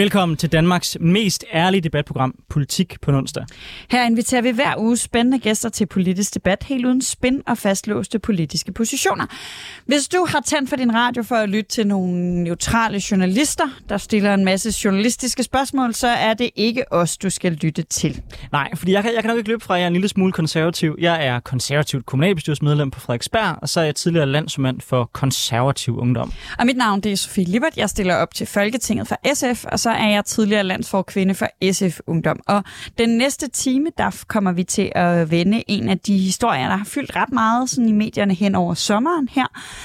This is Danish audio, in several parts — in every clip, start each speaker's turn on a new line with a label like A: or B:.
A: Velkommen til Danmarks mest ærlige debatprogram, Politik på onsdag.
B: Her inviterer vi hver uge spændende gæster til politisk debat, helt uden spin og fastlåste politiske positioner. Hvis du har tændt for din radio for at lytte til nogle neutrale journalister, der stiller en masse journalistiske spørgsmål, så er det ikke os, du skal lytte til.
A: Nej, fordi jeg kan nok ikke løbe fra, at jeg er en lille smule konservativ. Jeg er konservativt kommunalbestyrelsesmedlem på Frederiksberg, og så er jeg tidligere landsmand for konservativ ungdom.
B: Og mit navn det er Sofie Lippert. Jeg stiller op til Folketinget for SF, og så er jeg tidligere landsforkvinde for SF Ungdom. Og den næste time, der kommer vi til at vende en af de historier, der har fyldt ret meget sådan i medierne hen over sommeren her.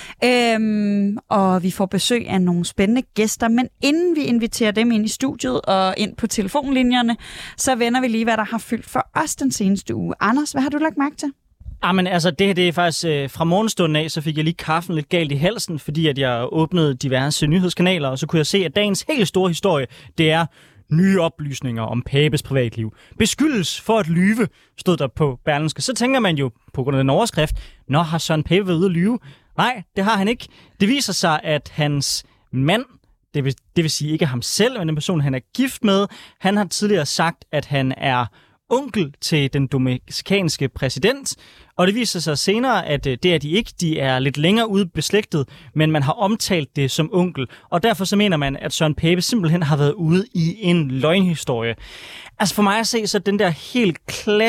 B: Og vi får besøg af nogle spændende gæster, men inden vi inviterer dem ind i studiet og ind på telefonlinjerne, så vender vi lige, hvad der har fyldt for os den seneste uge. Anders, hvad har du lagt mærke til?
A: Men altså, det er faktisk fra morgenstunden af, så fik jeg lige kaffen lidt galt i halsen, fordi at jeg åbnede diverse nyhedskanaler, og så kunne jeg se, at dagens helt store historie, det er nye oplysninger om Papes privatliv. Beskyldes for at lyve, stod der på Berlingske. Så tænker man jo, på grund af den overskrift, nå, har Søren Pape været ude at lyve? Nej, det har han ikke. Det viser sig, at hans mand, det vil sige ikke ham selv, men den person, han er gift med, han har tidligere sagt, at han er onkel til den dominikanske præsident, og det viser sig senere, at det er de ikke. De er lidt længere ude beslægtet, men man har omtalt det som onkel, og derfor så mener man, at Søren Pape simpelthen har været ude i en løgnhistorie. Altså for mig at se, så den der helt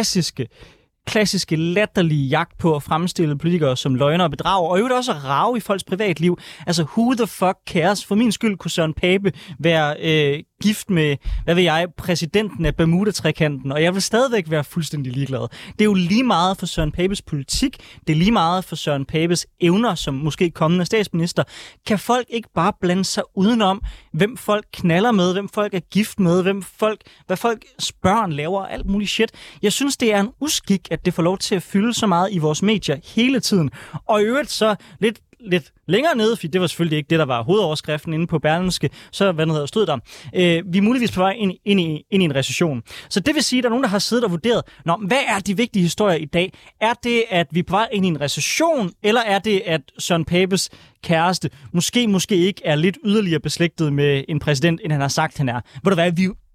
A: klassiske latterlige jagt på at fremstille politikere som løgner og bedrager, og i øvrigt også at rage i folks privatliv. Altså, who the fuck cares? For min skyld kunne Søren Pape være gift med, hvad ved jeg, præsidenten af Bermuda-trekanten, og jeg vil stadigvæk være fuldstændig ligeglad. Det er jo lige meget for Søren Papes politik, det er lige meget for Søren Papes evner som måske kommende statsminister. Kan folk ikke bare blande sig udenom, hvem folk knaller med, hvem folk er gift med, hvad folks børn laver, alt muligt shit. Jeg synes, det er en uskik, at det får lov til at fylde så meget i vores medier hele tiden. Og i øvrigt så lidt længere nede, for det var selvfølgelig ikke det, der var hovedoverskriften inde på Berlingske, så stod der. Vi er muligvis på vej ind i en recession. Så det vil sige, at der er nogen, der har siddet og vurderet, hvad er de vigtige historier i dag? Er det, at vi er på vej ind i en recession, eller er det, at Søren Papes kæreste måske ikke er lidt yderligere beslægtet med en præsident, end han har sagt, han er? Ved du hvad,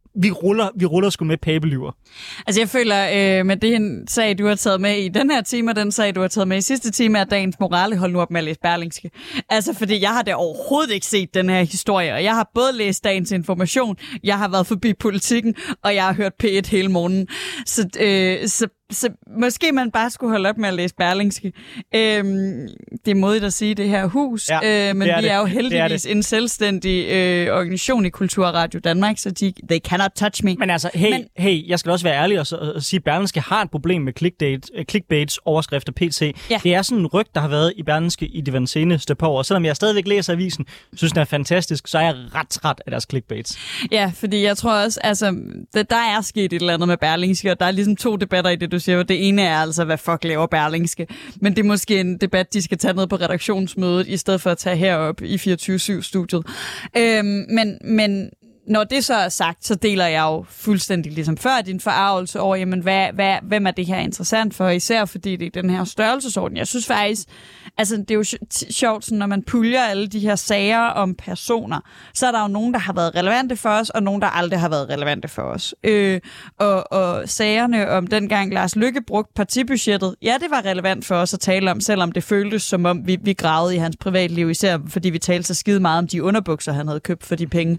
A: vi ruller sgu med Pape-lyver.
B: Altså jeg føler, med det sag, du har taget med i den her time, og den sag, du har taget med i sidste time, er dagens morale. Hold nu op med at læse Berlingske. Altså fordi jeg har da overhovedet ikke set den her historie, og jeg har både læst dagens Information, jeg har været forbi Politikken, og jeg har hørt P1 hele morgenen. Så måske man bare skulle holde op med at læse Berlingske. Det er modigt at sige det her hus, men vi er jo heldigvis en selvstændig organisation i Kulturradio Danmark, så they cannot touch me.
A: Men altså, hey, jeg skal også være ærlig og sige, at Berlingske har et problem med clickbaits overskrifter PC. Ja. Det er sådan en ryg, der har været i Berlingske i de seneste par år. Selvom jeg stadigvæk læser avisen, synes den er fantastisk, så er jeg ret træt af deres clickbaits.
B: Ja, fordi jeg tror også, altså, der er sket et eller andet med Berlingske, og der er ligesom to debatter i det, du siger. Det ene er altså, hvad fuck laver Berlingske? Men det er måske en debat, de skal tage ned på redaktionsmødet, i stedet for at tage herop i 24/7-studiet. Men når det så er sagt, så deler jeg jo fuldstændig ligesom før din forarvelse over, jamen, hvem er det her interessant for, især fordi det er den her størrelsesorden. Jeg synes faktisk, altså det er jo sjovt, sådan, når man puljer alle de her sager om personer, så er der jo nogen, der har været relevante for os, og nogen, der aldrig har været relevante for os. Og sagerne om dengang Lars Løkke brugte partibudgettet, ja, det var relevant for os at tale om, selvom det føltes som om, vi gravede i hans privatliv, især fordi vi talte så skide meget om de underbukser, han havde købt for de penge.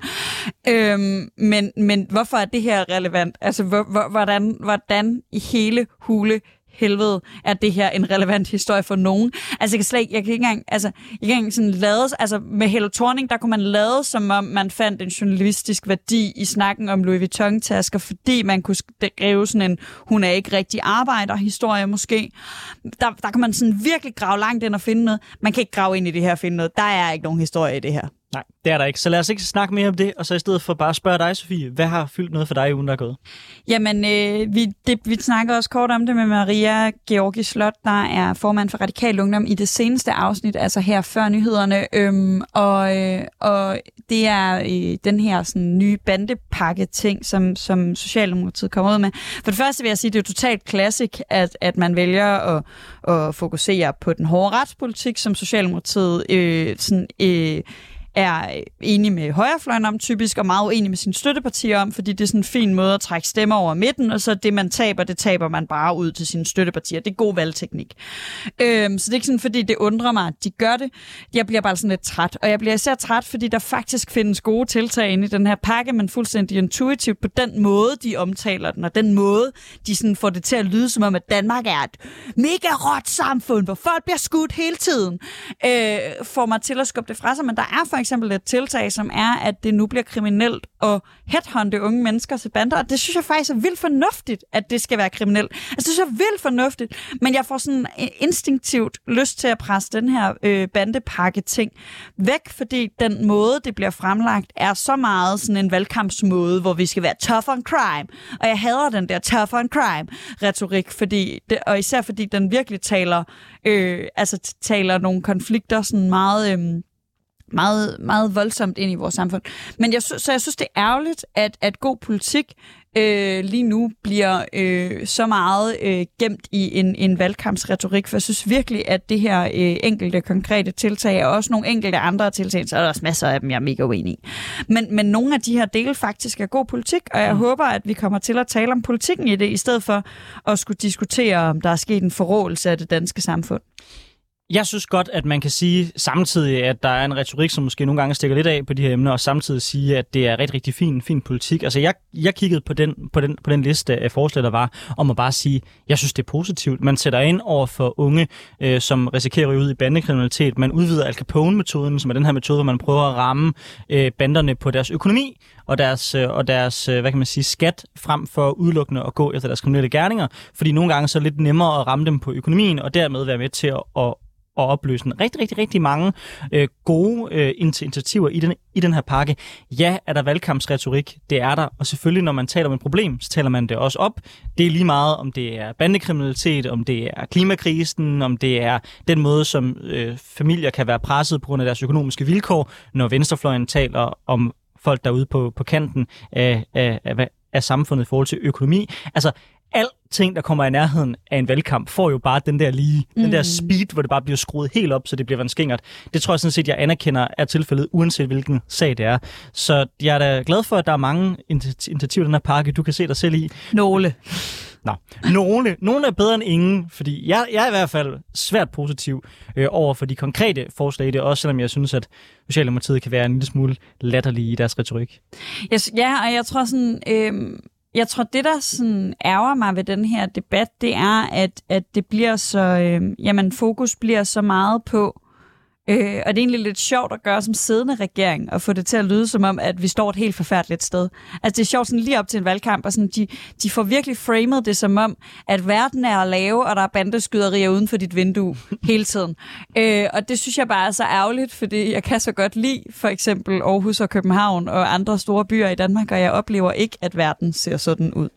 B: Men hvorfor er det her relevant? Altså, hvordan i hele helvede er det her en relevant historie for nogen? Altså, jeg kan ikke engang sådan lade, altså med Helle Thorning, der kunne man lade, som om man fandt en journalistisk værdi i snakken om Louis Vuitton-tasker, fordi man kunne skrive sådan en, hun er ikke rigtig arbejder-historie måske. Der kan man sådan virkelig grave langt ind og finde noget. Man kan ikke grave ind i det her og finde noget. Der er ikke nogen historie i det her.
A: Nej, det er der ikke. Så lad os ikke snakke mere om det, og så i stedet for bare spørge dig, Sofie, hvad har fyldt noget for dig i ugen, der er gået? Jamen,
B: vi snakker også kort om det med Maria Georgi Slot, der er formand for Radikal Ungdom i det seneste afsnit, altså her før nyhederne. Og det er den her sådan, nye bandepakke-ting, som Socialdemokratiet kommer ud med. For det første vil jeg sige, at det er totalt klassik, at man vælger at fokusere på den hårde retspolitik, som Socialdemokratiet er enig med højrefløjen om typisk, og meget uenig med sine støttepartier om, fordi det er sådan en fin måde at trække stemmer over midten, og så det, man taber, det taber man bare ud til sine støttepartier. Det er god valgteknik. Så det er ikke sådan, fordi det undrer mig, at de gør det. Jeg bliver bare sådan lidt træt, og jeg bliver især træt, fordi der faktisk findes gode tiltag inde i den her pakke, men fuldstændig intuitivt på den måde, de omtaler den, og den måde, de sådan får det til at lyde som om, at Danmark er et mega råt samfund, hvor folk bliver skudt hele tiden, får mig til at skubbe det fra sig. Men der er for eksempel et tiltag, som er, at det nu bliver kriminelt at headhunte unge mennesker til bander, og det synes jeg faktisk er vildt fornuftigt, at det skal være kriminelt. Altså, det synes jeg er vildt fornuftigt, men jeg får sådan instinktivt lyst til at presse den her bandepakke-ting væk, fordi den måde, det bliver fremlagt, er så meget sådan en valgkampsmåde, hvor vi skal være tough on crime, og jeg hader den der tough on crime-retorik, og især fordi den virkelig taler nogle konflikter sådan meget, meget voldsomt ind i vores samfund. Men jeg synes, det er ærgerligt, at god politik lige nu bliver så meget gemt i en valgkampsretorik, for jeg synes virkelig, at det her enkelte konkrete tiltag, og også nogle enkelte andre tiltag, så er der også masser af dem, jeg er mega uenig i. Men nogle af de her dele faktisk er god politik, og jeg håber, at vi kommer til at tale om politikken i det, i stedet for at skulle diskutere, om der er sket en forrådelse af det danske samfund.
A: Jeg synes godt, at man kan sige samtidig, at der er en retorik, som måske nogle gange stikker lidt af på de her emner, og samtidig sige, at det er rigtig, rigtig fin politik. Altså, jeg kiggede på den liste af forslag, der var, om at bare sige, jeg synes, det er positivt. Man sætter ind over for unge, som risikerer at ryge ud i bandekriminalitet. Man udvider Al Capone-metoden, som er den her metode, hvor man prøver at ramme banderne på deres økonomi og deres hvad kan man sige, skat, frem for udelukkende at gå efter deres kriminelle gerninger. Fordi nogle gange så er det lidt nemmere at ramme dem på økonomien, og dermed være med til at opløse rigtig mange gode initiativer i den her pakke. Ja, er der valgkampsretorik? Det er der. Og selvfølgelig, når man taler om et problem, så taler man det også op. Det er lige meget, om det er bandekriminalitet, om det er klimakrisen, om det er den måde, som familier kan være presset på grund af deres økonomiske vilkår, når venstrefløjen taler om folk, der er ude på kanten af samfundet i forhold til økonomi. Altså, alting, der kommer i nærheden af en valgkamp, får jo bare den der speed, hvor det bare bliver skruet helt op, så det bliver vandskingert. Det tror jeg sådan set, jeg anerkender er tilfældet, uanset hvilken sag det er. Så jeg er da glad for, at der er mange initiativer i den her pakke, du kan se dig selv i.
B: Nogle
A: er bedre end ingen, fordi jeg er i hvert fald svært positiv over for de konkrete forslag i det, også selvom jeg synes, at Socialdemokratiet kan være en lille smule latterlige i deres retorik.
B: Ja, og jeg tror sådan... Jeg tror, det der sådan ærger mig ved den her debat, det er, at det bliver så... fokus bliver så meget på... og det er egentlig lidt sjovt at gøre som siddende regering, og få det til at lyde som om, at vi står et helt forfærdeligt sted. Altså det er sjovt sådan lige op til en valgkamp, og sådan, de får virkelig framet det som om, at verden er at lave, og der er bandeskyderier uden for dit vindue hele tiden. Og det synes jeg bare er så ærgerligt, fordi jeg kan så godt lide for eksempel Aarhus og København og andre store byer i Danmark, og jeg oplever ikke, at verden ser sådan ud.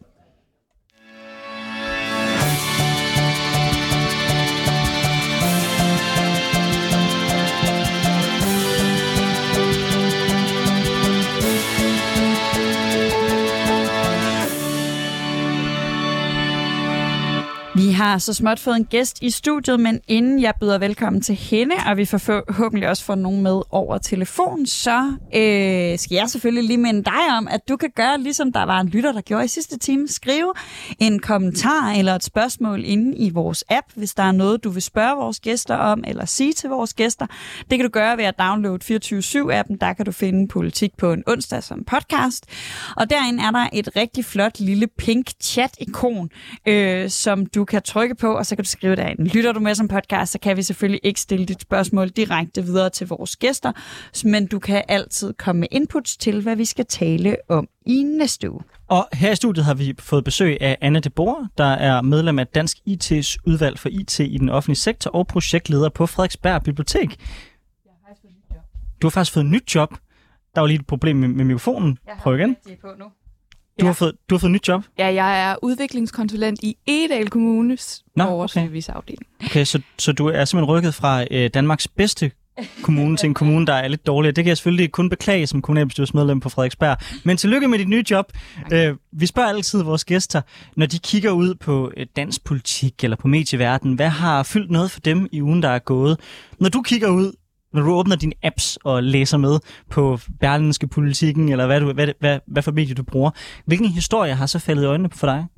B: Vi har så småt fået en gæst i studiet, men inden jeg byder velkommen til hende, og vi forhåbentlig også får nogen med over telefon, så skal jeg selvfølgelig lige minde dig om, at du kan gøre, ligesom der var en lytter, der gjorde i sidste time, skrive en kommentar eller et spørgsmål inde i vores app, hvis der er noget, du vil spørge vores gæster om, eller sige til vores gæster. Det kan du gøre ved at downloade 24/7-appen, der kan du finde Politik på en onsdag som podcast. Og derinde er der et rigtig flot lille pink chat-ikon, som du kan trykke på, og så kan du skrive derinde. Lytter du med som podcast, så kan vi selvfølgelig ikke stille dit spørgsmål direkte videre til vores gæster, men du kan altid komme med inputs til, hvad vi skal tale om i næste uge.
A: Og her i studiet har vi fået besøg af Anne de Boer, der er medlem af Dansk IT's udvalg for IT i den offentlige sektor og projektleder på Frederiksberg Bibliotek. Du har faktisk fået et nyt job. Der var lige et problem med mikrofonen. Prøv igen. Du har fået et nyt job?
C: Ja, jeg er udviklingskonsulent i Egedal Kommunes borgerserviceafdeling.
A: Okay, så du er simpelthen rykket fra Danmarks bedste kommune til en kommune, der er lidt dårligere. Det kan jeg selvfølgelig kun beklage som kommunalbestyrelsesmedlem på Frederiksberg. Men tillykke med dit nye job. Vi spørger altid vores gæster, når de kigger ud på dansk politik eller på medieverdenen, hvad har fyldt noget for dem i ugen, der er gået? Når du kigger ud når du åbner dine apps og læser med på Berlingske Politikken, eller hvad for medie du bruger, hvilken historie har så faldet i øjnene for dig?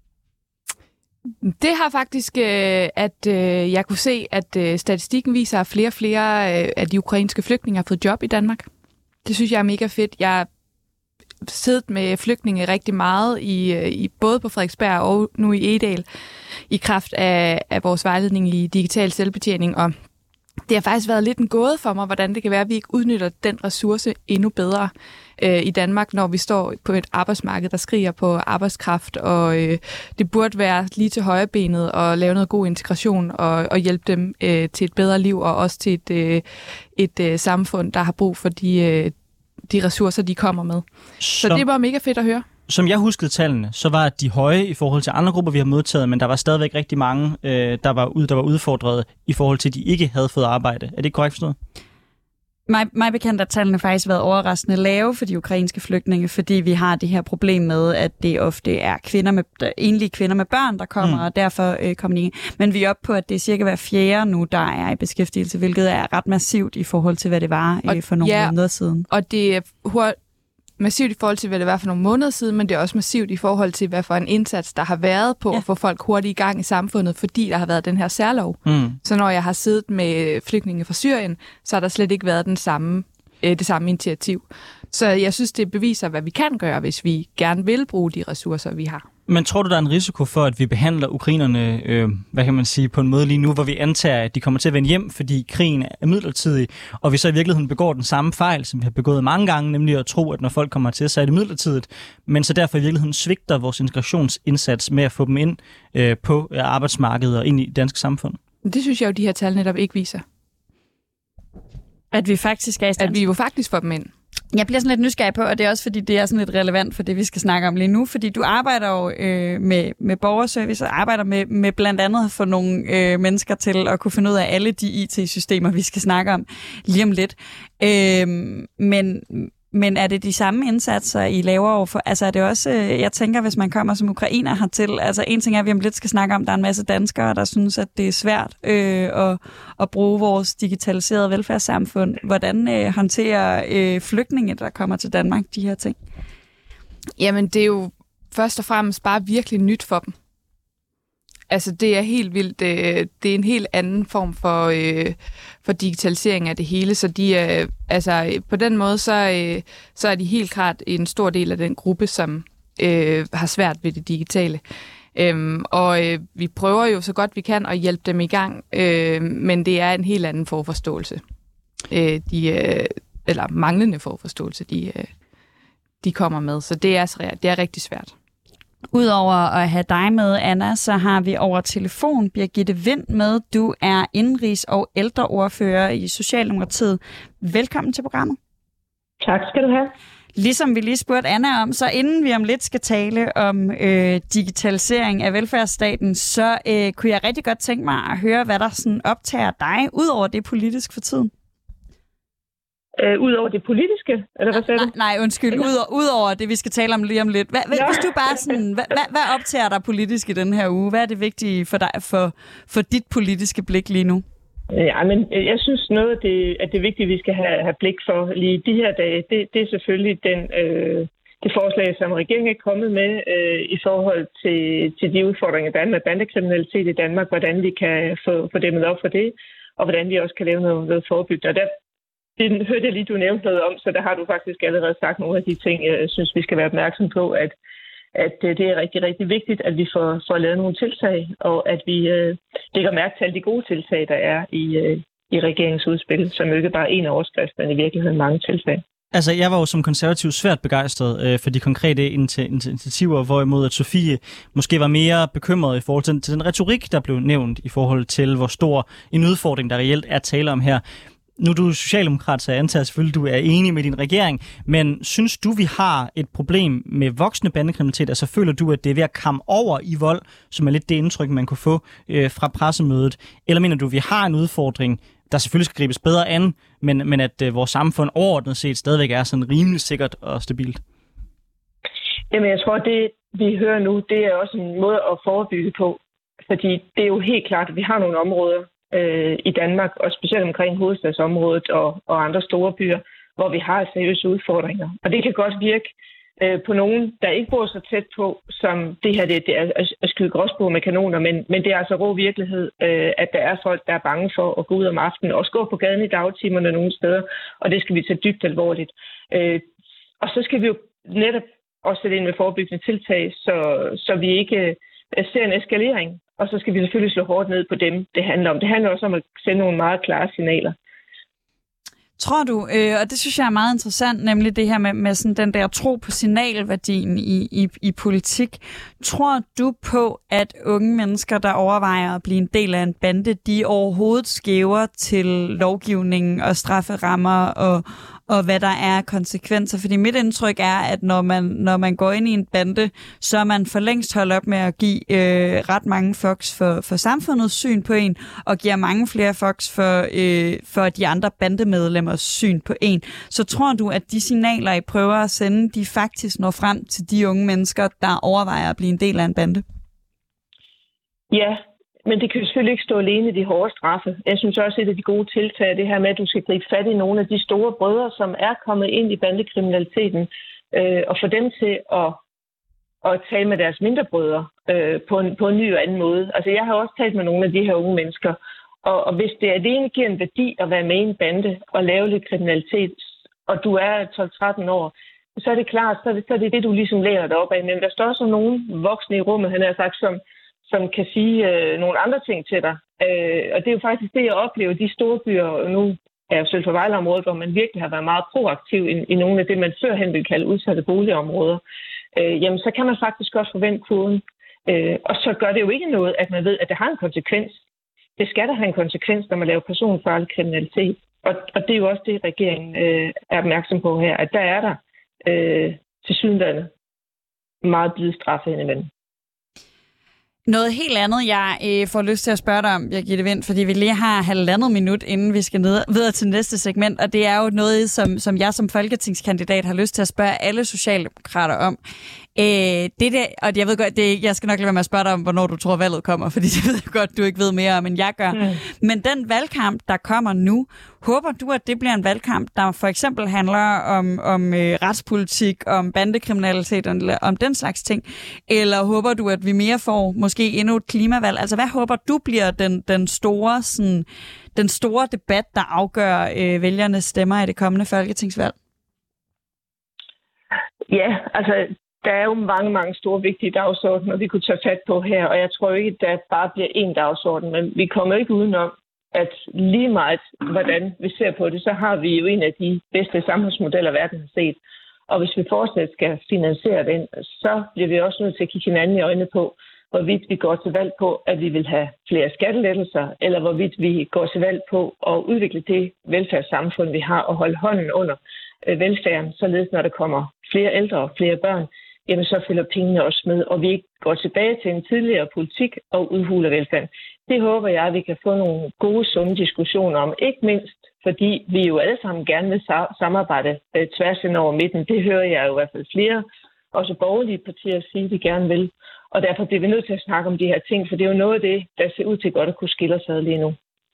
C: Det har faktisk, at jeg kunne se, at statistikken viser, at flere og flere af de ukrainske flygtninge har fået job i Danmark. Det synes jeg er mega fedt. Jeg har siddet med flygtninge rigtig meget, i både på Frederiksberg og nu i Egedal, i kraft af vores vejledning i digital selvbetjening, og det har faktisk været lidt en gåde for mig, hvordan det kan være, at vi ikke udnytter den ressource endnu bedre i Danmark, når vi står på et arbejdsmarked, der skriger på arbejdskraft, og det burde være lige til højrebenet og lave noget god integration og hjælpe dem til et bedre liv, og også til et samfund, der har brug for de ressourcer, de kommer med. Så det var mega fedt at høre.
A: Som jeg huskede tallene, så var de høje i forhold til andre grupper, vi har modtaget, men der var stadigvæk rigtig mange, der var udfordret i forhold til, at de ikke havde fået arbejde. Er det korrekt forstået?
B: Mig bekendt har tallene faktisk været overraskende lave for de ukrainske flygtninge, fordi vi har det her problem med, at det ofte er enlige kvinder med børn, der kommer, og derfor kommer de ikke. Men vi er oppe på, at det er cirka hver fjerde nu, der er i beskæftigelse, hvilket er ret massivt i forhold til, hvad det var for nogle måneder siden.
C: Og det er massivt i forhold til, hvad det var for nogle måneder siden, men det er også massivt i forhold til, hvad for en indsats, der har været på at få folk hurtigt i gang i samfundet, fordi der har været den her særlov. Så når jeg har siddet med flygtninge fra Syrien, så har der slet ikke været det samme initiativ. Så jeg synes, det beviser, hvad vi kan gøre, hvis vi gerne vil bruge de ressourcer, vi har.
A: Men tror du, der er en risiko for, at vi behandler ukrainerne, på en måde lige nu, hvor vi antager, at de kommer til at vende hjem, fordi krigen er midlertidig, og vi så i virkeligheden begår den samme fejl, som vi har begået mange gange, nemlig at tro, at når folk kommer til, så er det midlertidigt, men så derfor i virkeligheden svigter vores integrationsindsats med at få dem ind på arbejdsmarkedet og ind i det danske samfund?
C: Det synes jeg jo, de her tal netop ikke viser.
B: At vi faktisk er i stand.
C: At vi jo faktisk får dem ind.
B: Jeg bliver sådan lidt nysgerrig på, og det er også fordi, det er sådan lidt relevant for det, vi skal snakke om lige nu, fordi du arbejder jo med borgerservice og arbejder med blandt andet for nogle mennesker til at kunne finde ud af alle de IT-systemer, vi skal snakke om lige om lidt. Men er det de samme indsatser, I laver overfor? Altså er det også, jeg tænker, hvis man kommer som ukrainer hertil, altså en ting er, at vi om lidt skal snakke om, der er en masse danskere, der synes, at det er svært at bruge vores digitaliserede velfærdssamfund. Hvordan håndterer flygtninge, der kommer til Danmark, de her ting?
C: Jamen, det er jo først og fremmest bare virkelig nyt for dem. Altså, det er helt vildt. Det er en helt anden form for digitalisering af det hele, så de på den måde, så er de helt klart en stor del af den gruppe, som har svært ved det digitale. Vi prøver jo så godt vi kan at hjælpe dem i gang, men det er en helt anden forforståelse. Eller manglende forforståelse, de kommer med, så det er rigtig svært.
B: Udover at have dig med, Anna, så har vi over telefon Birgitte Vind med. Du er indenrigs- og ældreordfører i Socialdemokratiet. Velkommen til programmet.
D: Tak skal du have.
B: Ligesom vi lige spurgte Anna om, så inden vi om lidt skal tale om digitalisering af velfærdsstaten, så kunne jeg rigtig godt tænke mig at høre, hvad der sådan optager dig, ud over det politisk for tiden.
D: Udover det politiske? Eller hvad sagde du?
B: Nej, undskyld. Udover det, vi skal tale om lige om lidt. Hvis du bare sådan, hvad optager dig politisk i den her uge? Hvad er det vigtige for dig, for dit politiske blik lige nu?
D: Ja, men jeg synes noget af det vigtige, vi skal have blik for lige de her dage, det er selvfølgelig det forslag, som regeringen er kommet med i forhold til de udfordringer, der er med bandekriminalitet i Danmark, hvordan vi kan få dæmmet op for det, og hvordan vi også kan lave noget forebyggende. Og det hørte jeg lige, du nævnte noget om, så der har du faktisk allerede sagt nogle af de ting, jeg synes, vi skal være opmærksom på, at det er rigtig, rigtig vigtigt, at vi får lavet nogle tiltag, og at vi lægger mærke til alle de gode tiltag, der er i regeringens udspil, som jo ikke bare er en overskrift, men i virkeligheden mange tiltag.
A: Altså, jeg var jo som konservativ svært begejstret for de konkrete initiativer, hvorimod at Sofie måske var mere bekymret i forhold til den retorik, der blev nævnt i forhold til, hvor stor en udfordring, der reelt er tale om her. Nu er du socialdemokrat, så jeg antager selvfølgelig, at du er enig med din regering, men synes du, vi har et problem med voksende bandekriminalitet? Altså føler du, at det er ved at komme over i vold, som er lidt det indtryk, man kunne få fra pressemødet? Eller mener du, at vi har en udfordring, der selvfølgelig skal gribes bedre an, men at vores samfund overordnet set stadigvæk er sådan rimelig sikkert og stabilt?
D: Jamen jeg tror, det vi hører nu, det er også en måde at forebygge på. Fordi det er jo helt klart, at vi har nogle områder, i Danmark, og specielt omkring hovedstadsområdet og andre store byer, hvor vi har seriøse udfordringer. Og det kan godt virke på nogen, der ikke bor så tæt på, som det her det er at skyde gråspurve med kanoner, men det er altså rå virkelighed, at der er folk, der er bange for at gå ud om aftenen, også gå på gaden i dagtimerne nogle steder, og det skal vi tage dybt alvorligt. Og så skal vi jo netop også sætte ind med forebyggende tiltag, så vi ikke ser en eskalering, og så skal vi selvfølgelig slå hårdt ned på dem, det handler om. Det handler også om at sende nogle meget klare signaler.
B: Tror du, og det synes jeg er meget interessant, nemlig det her med sådan den der tro på signalværdien i politik. Tror du på, at unge mennesker, der overvejer at blive en del af en bande, de overhovedet skæver til lovgivningen og strafferammer og hvad der er konsekvenser? Fordi mit indtryk er, at når man går ind i en bande, så er man for længst holdt op med at give ret mange fucks for samfundets syn på en, og giver mange flere fucks for de andre bandemedlemmers syn på en. Så tror du, at de signaler, I prøver at sende, de faktisk når frem til de unge mennesker, der overvejer at blive en del af en bande?
D: Ja, men det kan jo selvfølgelig ikke stå alene i de hårde straffe. Jeg synes også, et af de gode tiltag er det her med, at du skal gribe fat i nogle af de store brødre, som er kommet ind i bandekriminaliteten, og få dem til at tale med deres mindre brødre på en ny og anden måde. Altså, jeg har også talt med nogle af de her unge mennesker, og hvis det alene giver en værdi at være med i en bande og lave lidt kriminalitet, og du er 12-13 år, så er det klart, så er det du ligesom lærer dig op af. Men der står også nogle voksne i rummet, han har sagt, som kan sige nogle andre ting til dig. Og det er jo faktisk det, jeg oplever de store byer, og nu er jeg jo selv fra Vejleområdet, hvor man virkelig har været meget proaktiv i nogle af det, man førhen ville kalde udsatte boligområder. Jamen, så kan man faktisk også forvente kurven. Og så gør det jo ikke noget, at man ved, at det har en konsekvens. Det skal der have en konsekvens, når man laver personfarlig kriminalitet. Og det er jo også det, regeringen er opmærksom på her, at der er der tilsyneladende meget blide straffe indimellem.
B: Noget helt andet, jeg får lyst til at spørge dig om, Birgitte Vind, fordi vi lige har 1,5 minut, inden vi skal videre til næste segment, og det er jo noget, som jeg som folketingskandidat har lyst til at spørge alle socialdemokrater om. Og jeg ved godt, jeg skal nok lade være med at spørge dig om, hvornår du tror, valget kommer, fordi det ved jeg godt, du ikke ved mere om, end jeg gør. Men den valgkamp, der kommer nu, håber du, at det bliver en valgkamp, der for eksempel handler om retspolitik, om bandekriminalitet, om den slags ting? Eller håber du, at vi mere får måske endnu et klimavalg? Altså, hvad håber du bliver den store debat, der afgør vælgernes stemmer i det kommende folketingsvalg?
D: Ja, altså, der er jo mange store vigtige dagsordener, vi kunne tage fat på her, og jeg tror ikke, at der bare bliver én dagsorden, men vi kommer ikke udenom, at lige meget, hvordan vi ser på det, så har vi jo en af de bedste samfundsmodeller, verden har set. Og hvis vi fortsat skal finansiere den, så bliver vi også nødt til at kigge hinanden i øjnene på, hvorvidt vi går til valg på, at vi vil have flere skattelettelser, eller hvorvidt vi går til valg på at udvikle det velfærdssamfund, vi har, og holde hånden under velfærden, således når der kommer flere ældre og flere børn, jamen så følger pengene også med, og vi ikke går tilbage til en tidligere politik og udhuler velfærden. Det håber jeg, at vi kan få nogle gode, sunde diskussioner om. Ikke mindst, fordi vi jo alle sammen gerne vil samarbejde tværs ind over midten. Det hører jeg jo i hvert fald flere, også borgerlige partier sige, de gerne vil. Og derfor bliver vi nødt til at snakke om de her ting, for det er jo noget af det, der ser ud til godt at kunne skille os ad lige nu.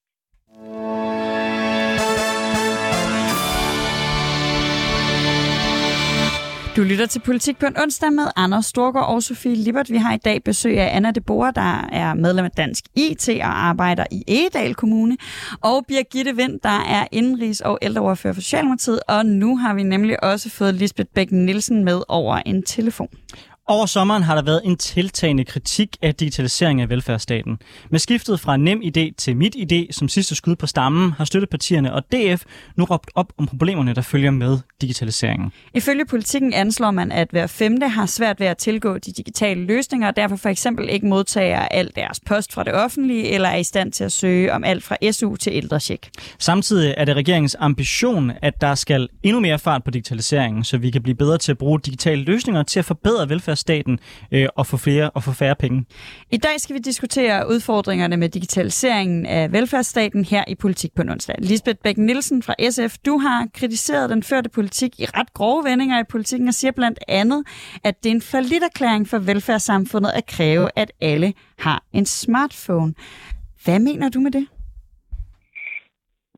B: Du lytter til Politik på en onsdag med Anders Storgård og Sofie Lippert. Vi har i dag besøg af Anna de Boer, der er medlem af Dansk IT og arbejder i Egedal Kommune, og Birgitte Vind, der er indenrigs- og ældreordfører for Socialdemokratiet. Og nu har vi nemlig også fået Lisbeth Bech-Nielsen med over en telefon.
A: Over sommeren har der været en tiltagende kritik af digitalisering af velfærdsstaten. Med skiftet fra NemID til MitID som sidste skud på stammen, har støttepartierne og DF nu råbt op om problemerne, der følger med digitaliseringen.
B: Ifølge Politikken anslår man, at hver 5. har svært ved at tilgå de digitale løsninger, og derfor for eksempel ikke modtager al deres post fra det offentlige, eller er i stand til at søge om alt fra SU til ældrecheck. Samtidig er det regeringens ambition, at der skal endnu mere fart på digitaliseringen, så vi kan blive bedre til at bruge digitale løsninger til at forbedre velfærdsstaten og få færre penge. I dag skal vi diskutere udfordringerne med digitaliseringen af velfærdsstaten her i Politik på en onsdag. Lisbeth Bech-Nielsen fra SF, du har kritiseret den førte politik i ret grove vendinger i politikken og siger blandt andet, at det er en falliterklæring for velfærdssamfundet at kræve, at alle har en smartphone. Hvad mener du med det?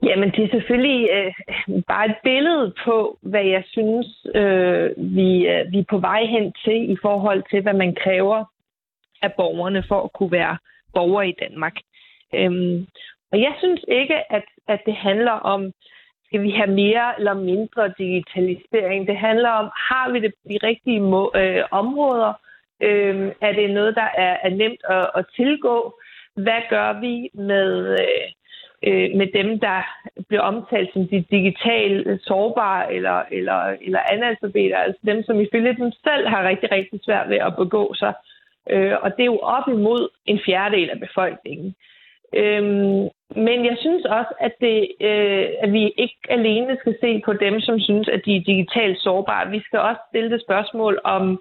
D: Jamen, det er selvfølgelig bare et billede på, hvad jeg synes, vi er på vej hen til i forhold til, hvad man kræver af borgerne for at kunne være borgere i Danmark. Og jeg synes ikke, at det handler om, skal vi have mere eller mindre digitalisering. Det handler om, har vi det på de rigtige områder? Er det noget, der er nemt at tilgå? Hvad gør vi med dem, der bliver omtalt som de digitalt sårbare eller analfabeter, altså dem, som ifølge dem selv har rigtig, rigtig svært ved at begå sig. Og det er jo op imod en fjerdedel af befolkningen. Men jeg synes også, at vi ikke alene skal se på dem, som synes, at de er digitalt sårbare. Vi skal også stille det spørgsmål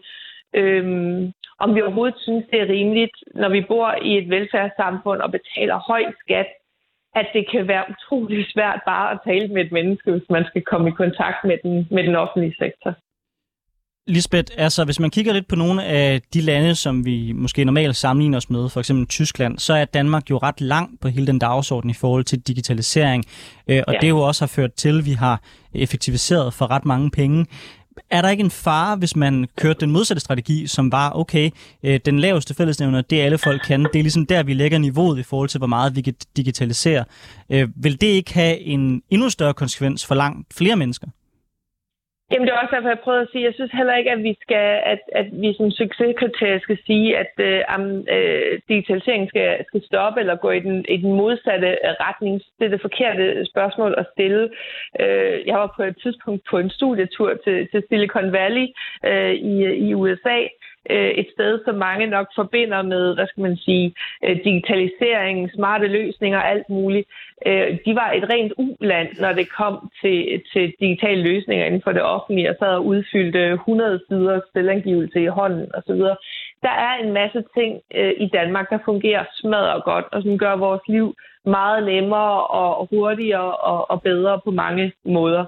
D: om vi overhovedet synes, det er rimeligt, når vi bor i et velfærdssamfund og betaler høj skat, at det kan være utrolig svært bare at tale med et menneske, hvis man skal komme i kontakt med den offentlige sektor.
A: Lisbeth, altså hvis man kigger lidt på nogle af de lande, som vi måske normalt sammenligner os med, for eksempel Tyskland, så er Danmark jo ret langt på hele den dagsorden i forhold til digitalisering, og det jo også har ført til, at vi har effektiviseret for ret mange penge. Er der ikke en fare, hvis man kørte den modsatte strategi, som var, okay, den laveste fællesnævner, det alle folk kan, det er ligesom der, vi lægger niveauet i forhold til, hvor meget vi kan digitalisere. Vil det ikke have en endnu større konsekvens for langt flere mennesker?
D: Jamen, det er også derfor, jeg prøvede at sige, jeg synes heller ikke, at vi som succeskriterier skal sige, at digitaliseringen skal stoppe eller gå i den modsatte retning. Det er det forkerte spørgsmål at stille. Jeg var på et tidspunkt på en studietur til Silicon Valley i USA. Et sted, som mange nok forbinder med, digitalisering, smarte løsninger og alt muligt. De var et rent uland, når det kom til digitale løsninger inden for det offentlige, og sad og udfyldte 100 sider selvangivelse i hånden osv. Der er en masse ting i Danmark, der fungerer smadret godt, og som gør vores liv meget nemmere og hurtigere og bedre på mange måder.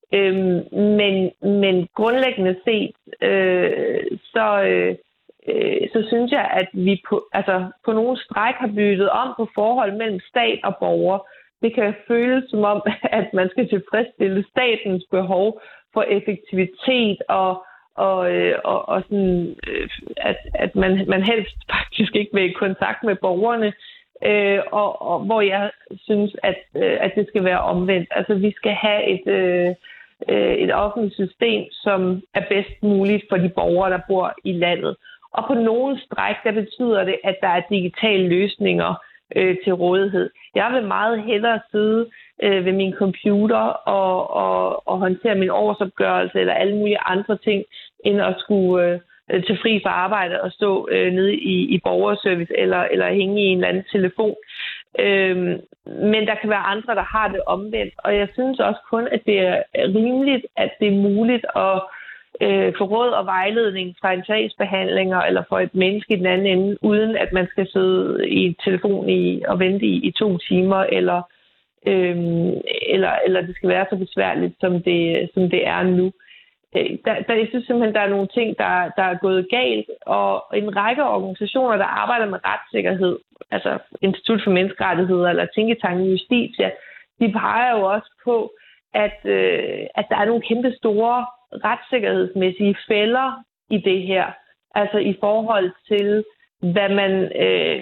D: Men grundlæggende set, så synes jeg, at vi på nogle stræk har byttet om på forhold mellem stat og borger. Det kan føles som om, at man skal tilfredsstille statens behov for effektivitet og sådan, at man helst faktisk ikke vil i kontakt med borgerne. Og hvor jeg synes, at det skal være omvendt. Altså, vi skal have et offentligt system, som er bedst muligt for de borgere, der bor i landet. Og på nogle stræk, der betyder det, at der er digitale løsninger til rådighed. Jeg vil meget hellere sidde ved min computer og håndtere min årsopgørelse eller alle mulige andre ting, end at skulle til fri for arbejde og stå nede i borgerservice eller hænge i en eller anden telefon. Men der kan være andre, der har det omvendt. Og jeg synes også kun, at det er rimeligt, at det er muligt at få råd og vejledning fra en sagsbehandlinger eller for et menneske i den anden ende, uden at man skal sidde i telefon og vente i 2 timer, eller det skal være så besværligt, som det er nu. Jeg synes simpelthen, der er nogle ting, der er gået galt, og en række organisationer, der arbejder med retssikkerhed, altså Institut for Menneskerettigheder eller Tænketanken Justitia, de peger jo også på, at der er nogle kæmpe store retssikkerhedsmæssige fælder i det her. Altså i forhold til, hvad man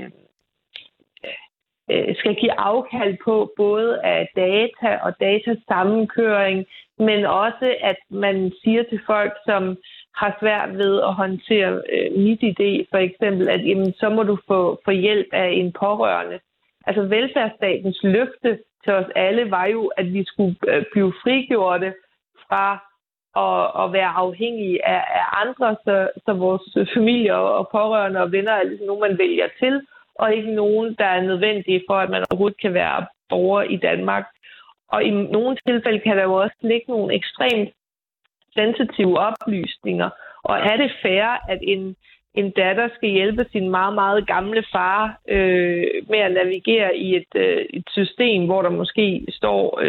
D: skal give afkald på, både af data og datasammenkøring, men også, at man siger til folk, som har svært ved at håndtere MitID, for eksempel, at jamen, så må du få hjælp af en pårørende. Altså velfærdsstatens løfte til os alle var jo, at vi skulle blive frigjorte fra at være afhængige af andre, så vores familier og pårørende og venner er ligesom nogen, man vælger til, og ikke nogen, der er nødvendige for, at man overhovedet kan være borger i Danmark. Og i nogle tilfælde kan der jo også ligge nogle ekstremt sensitive oplysninger. Og er det fair, at en datter skal hjælpe sin meget, meget gamle far med at navigere i et system, hvor der måske står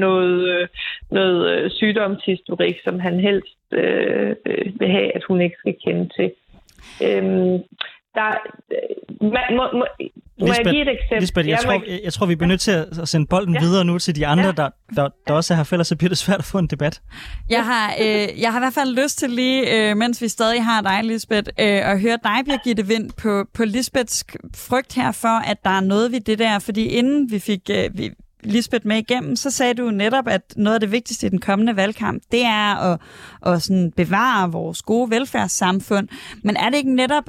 D: noget sygdomshistorik, som han helst vil have, at hun ikke skal kende til.
A: Lisbeth, jeg tror, vi bliver nødt til at sende bolden videre nu til de andre, der også er her, for ellers så bliver det svært at få en debat.
B: Jeg har i hvert fald lyst til lige, mens vi stadig har dig, Lisbeth, at høre dig, Birgitte Vind, på Lisbeths frygt her for, at der er noget ved det der, fordi inden vi fik Lisbeth med igennem, så sagde du netop, at noget af det vigtigste i den kommende valgkamp, det er at sådan bevare vores gode velfærdssamfund. Men er det ikke netop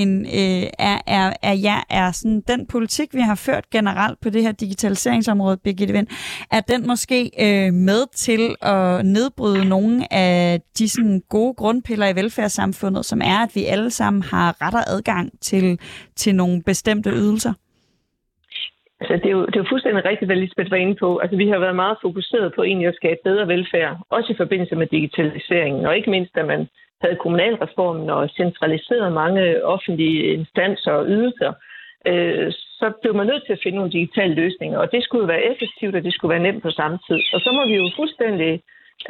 B: er sådan den politik, vi har ført generelt på det her digitaliseringsområde, Birgitte Vind, er den måske med til at nedbryde nogle af de sådan gode grundpiller i velfærdssamfundet, som er, at vi alle sammen har ret og adgang til nogle bestemte ydelser?
D: Altså, det er jo fuldstændig rigtigt, hvad Lisbeth var inde på. Altså, vi har været meget fokuseret på egentlig at skabe bedre velfærd, også i forbindelse med digitaliseringen, og ikke mindst, da man havde kommunalreformen og centraliseret mange offentlige instanser og ydelser, så blev man nødt til at finde nogle digitale løsninger, og det skulle jo være effektivt, og det skulle være nemt på samme tid. Og så må vi jo fuldstændig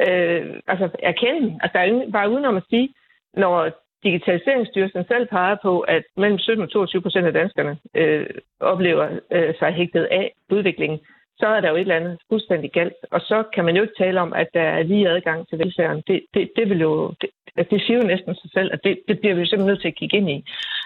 D: erkende, at der er bare udenom at sige, når Digitaliseringsstyrelsen selv peger på, at mellem 17 og 22% af danskerne oplever sig hægtet af udviklingen, så er der jo et eller andet fuldstændig galt. Og så kan man jo ikke tale om, at der er lige adgang til velfærden. Det vil jo, det siger jo næsten sig selv, at det bliver vi jo simpelthen nødt til at kigge ind i.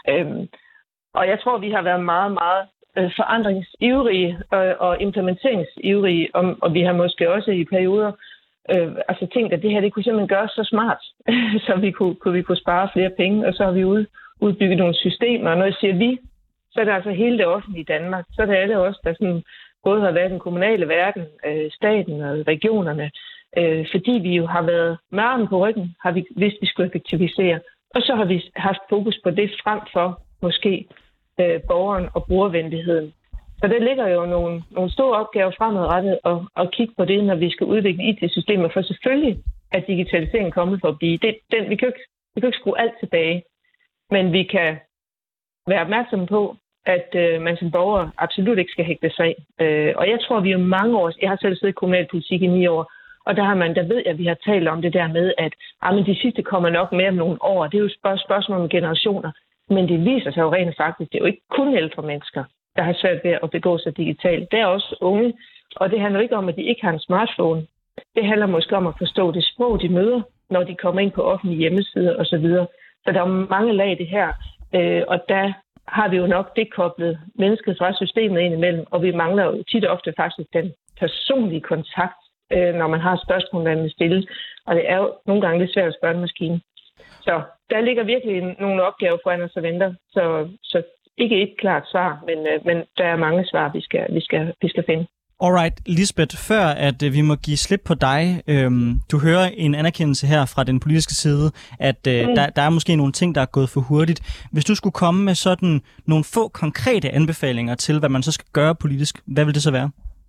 D: Og jeg tror, vi har været meget, meget forandringsivrige og implementeringsivrige, og vi har måske også i perioder tænkt, at det her det kunne simpelthen gøres så smart, så vi kunne spare flere penge, og så har vi udbygget nogle systemer. Og når jeg siger vi, så er det altså hele det offentlige Danmark. Så er det alle os, der sådan, både har været den kommunale verden, staten og regionerne, fordi vi jo har været med armen på ryggen, har vi vidst, vi skulle effektivisere. Og så har vi haft fokus på det frem for måske borgeren og brugervenligheden. Så der ligger jo nogle store opgaver fremadrettet at kigge på det, når vi skal udvikle IT-systemer. For selvfølgelig er digitaliseringen kommet for at blive. Vi kan jo ikke skrue alt tilbage, men vi kan være opmærksomme på, at man som borger absolut ikke skal hægte sig af. Og jeg tror, vi jo mange år, jeg har selv siddet i kommunalpolitik i 9 år, og der ved jeg, at vi har talt om det der med, at de sidste kommer nok mere om nogle år. Det er jo spørgsmål om generationer. Men det viser sig jo rent faktisk, det er jo ikke kun ældre mennesker, der har svært ved at begå sig digitalt. Det er også unge, og det handler ikke om, at de ikke har en smartphone. Det handler måske om at forstå det sprog, de møder, når de kommer ind på offentlige hjemmesider osv. Så der er mange lag i det her, og der har vi jo nok det koblet mennesket fra systemet ind imellem, og vi mangler jo tit og ofte faktisk den personlige kontakt, når man har spørgsmål, man vil stille. Og det er jo nogle gange lidt svært at spørge en maskine. Så der ligger virkelig nogle opgaver foran os og venter. Så ikke et klart svar, men der er mange svar, vi skal finde.
A: Alright, Lisbeth, før at vi må give slip på dig, du hører en anerkendelse her fra den politiske side, at der er måske nogle ting, der er gået for hurtigt. Hvis du skulle komme med sådan nogle få konkrete anbefalinger til, hvad man så skal gøre politisk, hvad vil det så være?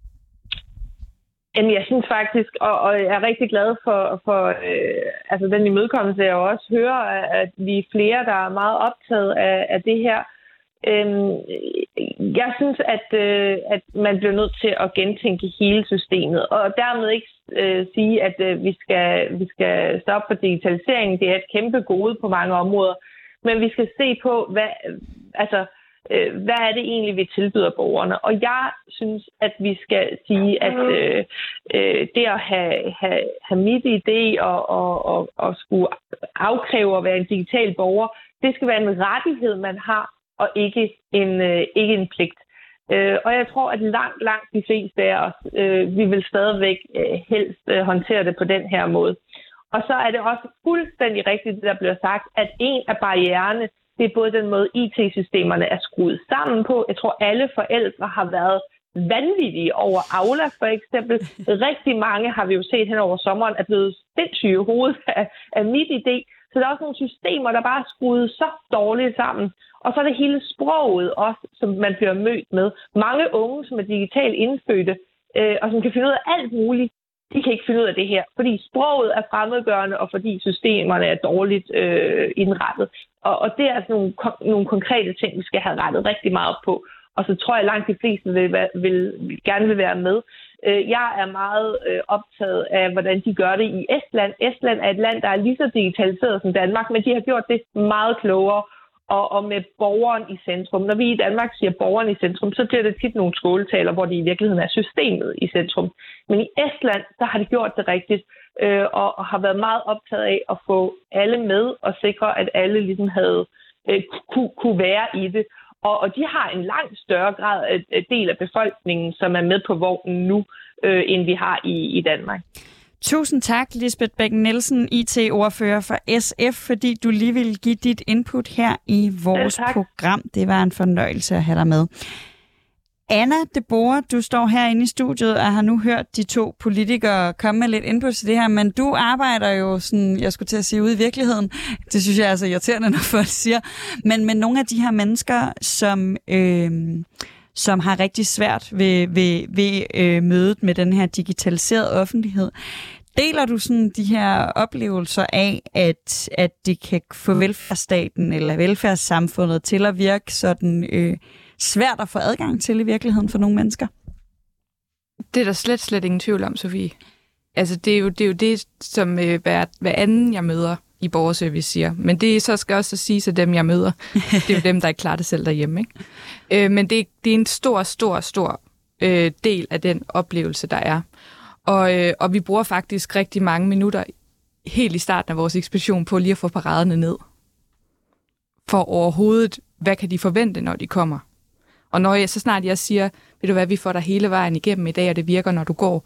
D: Jamen, jeg synes faktisk, og jeg er rigtig glad for den imødekommelse, jeg også hører, at vi er flere, der er meget optaget af det her. Jeg synes, at man bliver nødt til at gentænke hele systemet, og dermed ikke sige, at vi skal stoppe for digitaliseringen. Det er et kæmpe gode på mange områder, men vi skal se på, hvad er det egentlig, vi tilbyder borgerne? Og jeg synes, at vi skal sige, at det at have MitID og skulle afkræve at være en digital borger, det skal være en rettighed, man har, og ikke en pligt. Og jeg tror, at langt de fleste af os, vi vil stadigvæk helst håndtere det på den her måde. Og så er det også fuldstændig rigtigt, det der bliver sagt, at en af barriererne, det er både den måde, IT-systemerne er skruet sammen på. Jeg tror, alle forældre har været vanvittige over Aula, for eksempel. Rigtig mange har vi jo set hen over sommeren, er blevet sindssyge i hovedet af MitID. Så der er også nogle systemer, der bare er skruet så dårligt sammen. Og så er det hele sproget også, som man bliver mødt med. Mange unge, som er digitalt indfødte, og som kan finde ud af alt muligt, de kan ikke finde ud af det her, fordi sproget er fremmedgørende, og fordi systemerne er dårligt indrettet. Og det er altså nogle konkrete ting, vi skal have rettet rigtig meget op på. Og så tror jeg, at langt de fleste gerne vil være med. Jeg er meget optaget af, hvordan de gør det i Estland. Estland er et land, der er lige så digitaliseret som Danmark, men de har gjort det meget klogere. og med borgeren i centrum. Når vi i Danmark siger borgeren i centrum, så bliver det tit nogle skåltaler, hvor det i virkeligheden er systemet i centrum. Men i Estland, der har de gjort det rigtigt, og har været meget optaget af at få alle med og sikre, at alle ligesom havde kunne være i det. Og de har en langt større grad af del af befolkningen, som er med på vognen nu, end vi har i Danmark.
B: Tusind tak, Lisbeth Bech-Nielsen, IT-ordfører for SF, fordi du lige ville give dit input her i vores program. Det var en fornøjelse at have dig med. Anna Deborah, du står herinde i studiet og har nu hørt de to politikere komme med lidt input til det her, men du arbejder jo sådan, jeg skulle til at sige, ude i virkeligheden. Det synes jeg er så irriterende, når folk siger. Men nogle af de her mennesker, som har rigtig svært ved mødet med den her digitaliserede offentlighed. Deler du sådan de her oplevelser af, at det kan få velfærdsstaten eller velfærdssamfundet til at virke sådan svært at få adgang til i virkeligheden for nogle mennesker?
C: Det er der slet ingen tvivl om, Sofie. Altså, det er jo det, som hver anden, jeg møder i borgerservice siger. Men det så skal også sige til dem, jeg møder. Det er jo dem, der ikke klarer det selv derhjemme, ikke? Men det er en stor del af den oplevelse, der er. Og vi bruger faktisk rigtig mange minutter helt i starten af vores ekspedition på lige at få paraderne ned. For overhovedet, hvad kan de forvente, når de kommer? Og når så snart jeg siger, ved du hvad, vi får dig hele vejen igennem i dag, og det virker, når du går,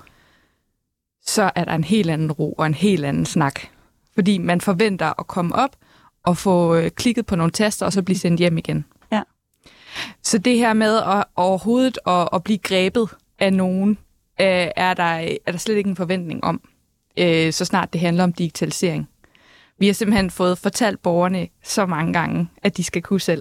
C: så er der en helt anden ro og en helt anden snak. Fordi man forventer at komme op og få klikket på nogle taster, og så blive sendt hjem igen.
B: Ja.
C: Så det her med overhovedet at blive grebet af nogen, er der slet ikke en forventning om, så snart det handler om digitalisering. Vi har simpelthen fået fortalt borgerne så mange gange, at de skal kunne selv.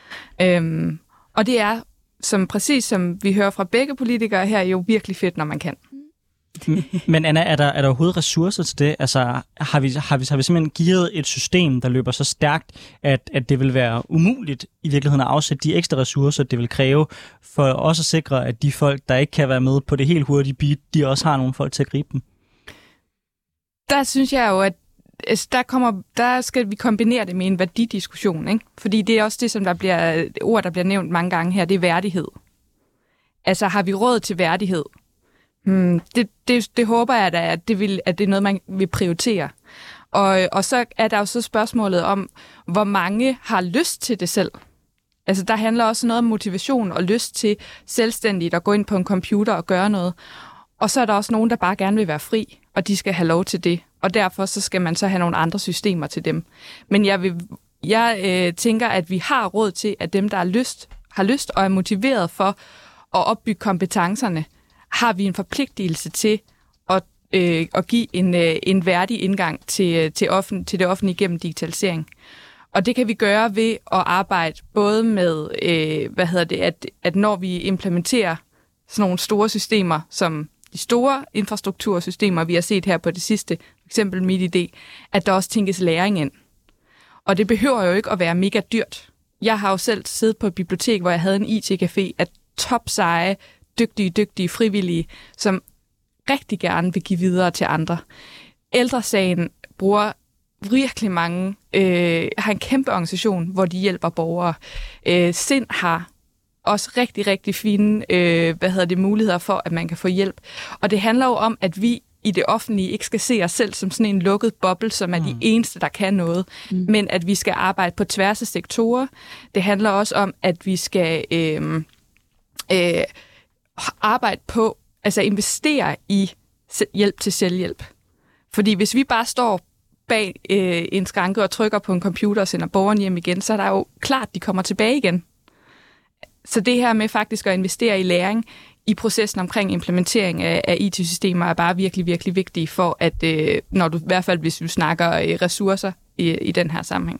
C: Og det er, præcis som vi hører fra begge politikere her, jo virkelig fedt, når man kan.
A: Men Anna, er der overhovedet ressourcer til det? Altså, har vi simpelthen gearet et system, der løber så stærkt, at det vil være umuligt i virkeligheden at afsætte de ekstra ressourcer, det vil kræve, for også at sikre, at de folk, der ikke kan være med på det helt hurtige beat, de også har nogle folk til at gribe dem?
C: Der synes jeg jo, at der skal vi kombinere det med en værdidiskussion, ikke? Fordi det er også det, som der bliver nævnt mange gange her, det er værdighed. Altså, har vi råd til værdighed? Det håber jeg da, at det er noget, man vil prioritere. Og så er der jo så spørgsmålet om, hvor mange har lyst til det selv. Altså, der handler også noget om motivation og lyst til selvstændigt at gå ind på en computer og gøre noget. Og så er der også nogen, der bare gerne vil være fri, og de skal have lov til det. Og derfor så skal man så have nogle andre systemer til dem. Men jeg tænker, at vi har råd til, at dem, der har lyst og er motiveret for at opbygge kompetencerne, har vi en forpligtelse til at give en værdig indgang til det offentlige gennem digitalisering. Og det kan vi gøre ved at arbejde både med, at når vi implementerer sådan nogle store systemer, som de store infrastruktursystemer, vi har set her på det sidste, f.eks. MitID, at der også tænkes læring ind. Og det behøver jo ikke at være mega dyrt. Jeg har jo selv siddet på et bibliotek, hvor jeg havde en IT-café af topseje, dygtige frivillige, som rigtig gerne vil give videre til andre. Ældresagen bruger virkelig mange, har en kæmpe organisation, hvor de hjælper borgere. Sind har også rigtig fine muligheder for, at man kan få hjælp. Og det handler jo om, at vi i det offentlige ikke skal se os selv som sådan en lukket boble, som er de eneste, der kan noget, men at vi skal arbejde på tværs af sektorer. Det handler også om, at vi skal arbejde på, altså investere i hjælp til selvhjælp. Fordi hvis vi bare står bag en skranke og trykker på en computer og sender borgeren hjem igen, så er der jo klart, at de kommer tilbage igen. Så det her med faktisk at investere i læring i processen omkring implementering af IT-systemer er bare virkelig vigtigt for, at når du i hvert fald, hvis vi snakker ressourcer i den her sammenhæng.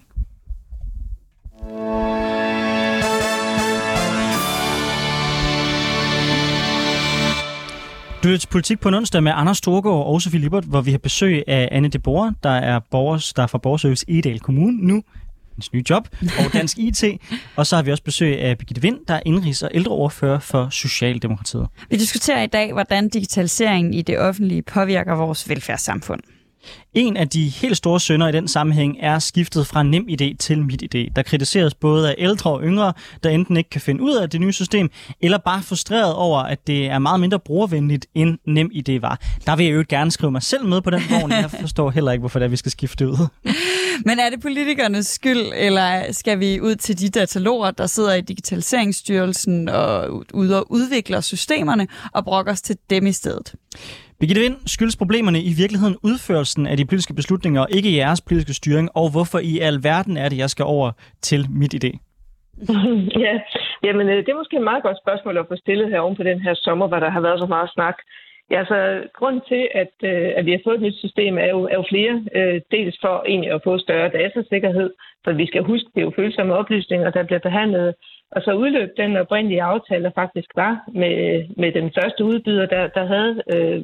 A: Du er til Politik på en onsdag med Anders Storgård og Sofie Lippert, hvor vi har besøg af Anna Deborah, der er fra Borgerservice i Egedal Kommune nu, hendes nye job, og Dansk IT. Og så har vi også besøg af Birgitte Vind, der er indrigs- og ældreordfører for Socialdemokratiet.
B: Vi diskuterer i dag, hvordan digitaliseringen i det offentlige påvirker vores velfærdssamfund.
A: En af de helt store synder i den sammenhæng er skiftet fra NemID til MitID, der kritiseres både af ældre og yngre, der enten ikke kan finde ud af det nye system, eller bare frustreret over, at det er meget mindre brugervenligt, end NemID var. Der vil jeg jo gerne skrive mig selv med på den vogn. Jeg forstår heller ikke, hvorfor det er, vi skal skifte ud.
B: Men er det politikernes skyld, eller skal vi ud til de dataloger, der sidder i Digitaliseringsstyrelsen og ude og udvikler systemerne, og brokker os til dem i stedet?
A: Birgitte Vind, skyldes problemerne i virkeligheden udførelsen af de politiske beslutninger, og ikke jeres politiske styring, og hvorfor i alverden er det, jeg skal over til MitID?
D: Ja, jamen det er måske et meget godt spørgsmål at få stillet her oven på den her sommer, hvor der har været så meget snak. Ja, altså grunden til, at vi har fået et nyt system, er jo flere. Dels for egentlig at få større datasikkerhed, for vi skal huske, det er jo følsomme oplysninger, der bliver behandlet. Og så udløb den oprindelige aftale, der faktisk var med den første udbyder, der havde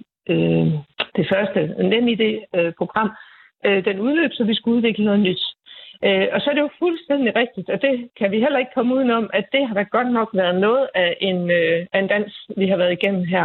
D: det første NemID-program. Den udløb, så vi skulle udvikle noget nyt. Og så er det jo fuldstændig rigtigt, og det kan vi heller ikke komme udenom, at det har da godt nok været noget af en dans, vi har været igennem her.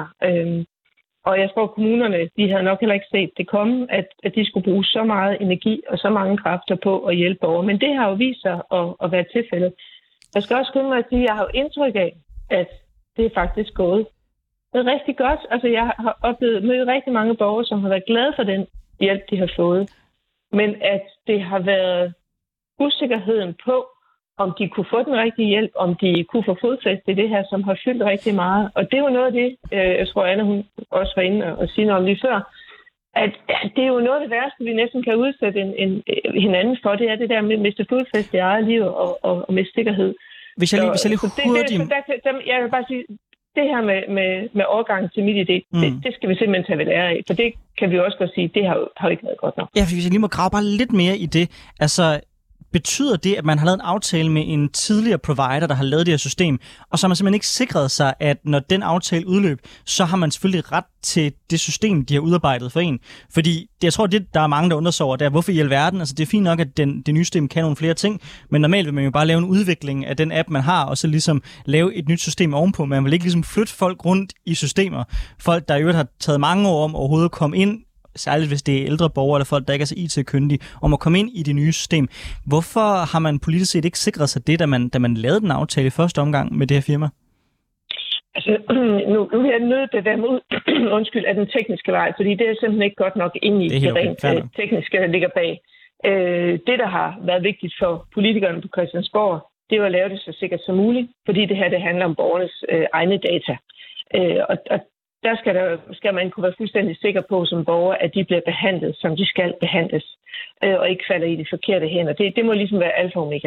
D: Og jeg tror, kommunerne, de havde nok heller ikke set det komme, at de skulle bruge så meget energi og så mange kræfter på at hjælpe borgere. Men det har jo vist sig at være tilfældet. Jeg skal også skynde mig at sige, at jeg har jo indtryk af, at det er faktisk gået. Det er rigtig godt. Altså, jeg har mødt rigtig mange borgere, som har været glade for den hjælp, de har fået. Men at det har været usikkerheden på, om de kunne få den rigtige hjælp, om de kunne få fodfæste i det her, som har fyldt rigtig meget. Og det er jo noget af det, jeg tror, Anna hun også var inde og sige noget om lige før, at det er jo noget af det værste, vi næsten kan udsætte hinanden for, det er det der med at miste fodfæste i eget liv og med sikkerhed.
A: Hvis jeg lige hurtigt...
D: Jeg vil bare sige, det her med overgangen til MitID, det skal vi simpelthen tage ved lære af, for det kan vi også godt sige, det har ikke været godt nok.
A: Ja, for hvis jeg lige må grave bare lidt mere i det, altså... Betyder det, at man har lavet en aftale med en tidligere provider, der har lavet det her system, og så har man simpelthen ikke sikret sig, at når den aftale udløb, så har man selvfølgelig ret til det system, de har udarbejdet for en? Fordi jeg tror, der er mange, der undrer sig over, det er, hvorfor i alverden? Altså, det er fint nok, at det nye system kan nogle flere ting, men normalt vil man jo bare lave en udvikling af den app, man har, og så ligesom lave et nyt system ovenpå. Man vil ikke ligesom flytte folk rundt i systemer. Folk, der i øvrigt har taget mange år om overhovedet at komme ind, særligt hvis det er ældre borgere eller folk, der ikke er så IT-kyndige, om at komme ind i det nye system. Hvorfor har man politisk set ikke sikret sig det, da man lavede den aftale i første omgang med det her firma?
D: Altså, nu vil jeg nødt til at være mod af den tekniske vej, fordi det er simpelthen ikke godt nok inde i det rent tekniske, der ligger bag. Det, der har været vigtigt for politikerne på Christiansborg, det var at lave det så sikkert som muligt, fordi det her det handler om borgernes egne data. Og der skal man kunne være fuldstændig sikker på som borger, at de bliver behandlet, som de skal behandles, og ikke falder i de forkerte hænder. Det må ligesom være alfa og omega.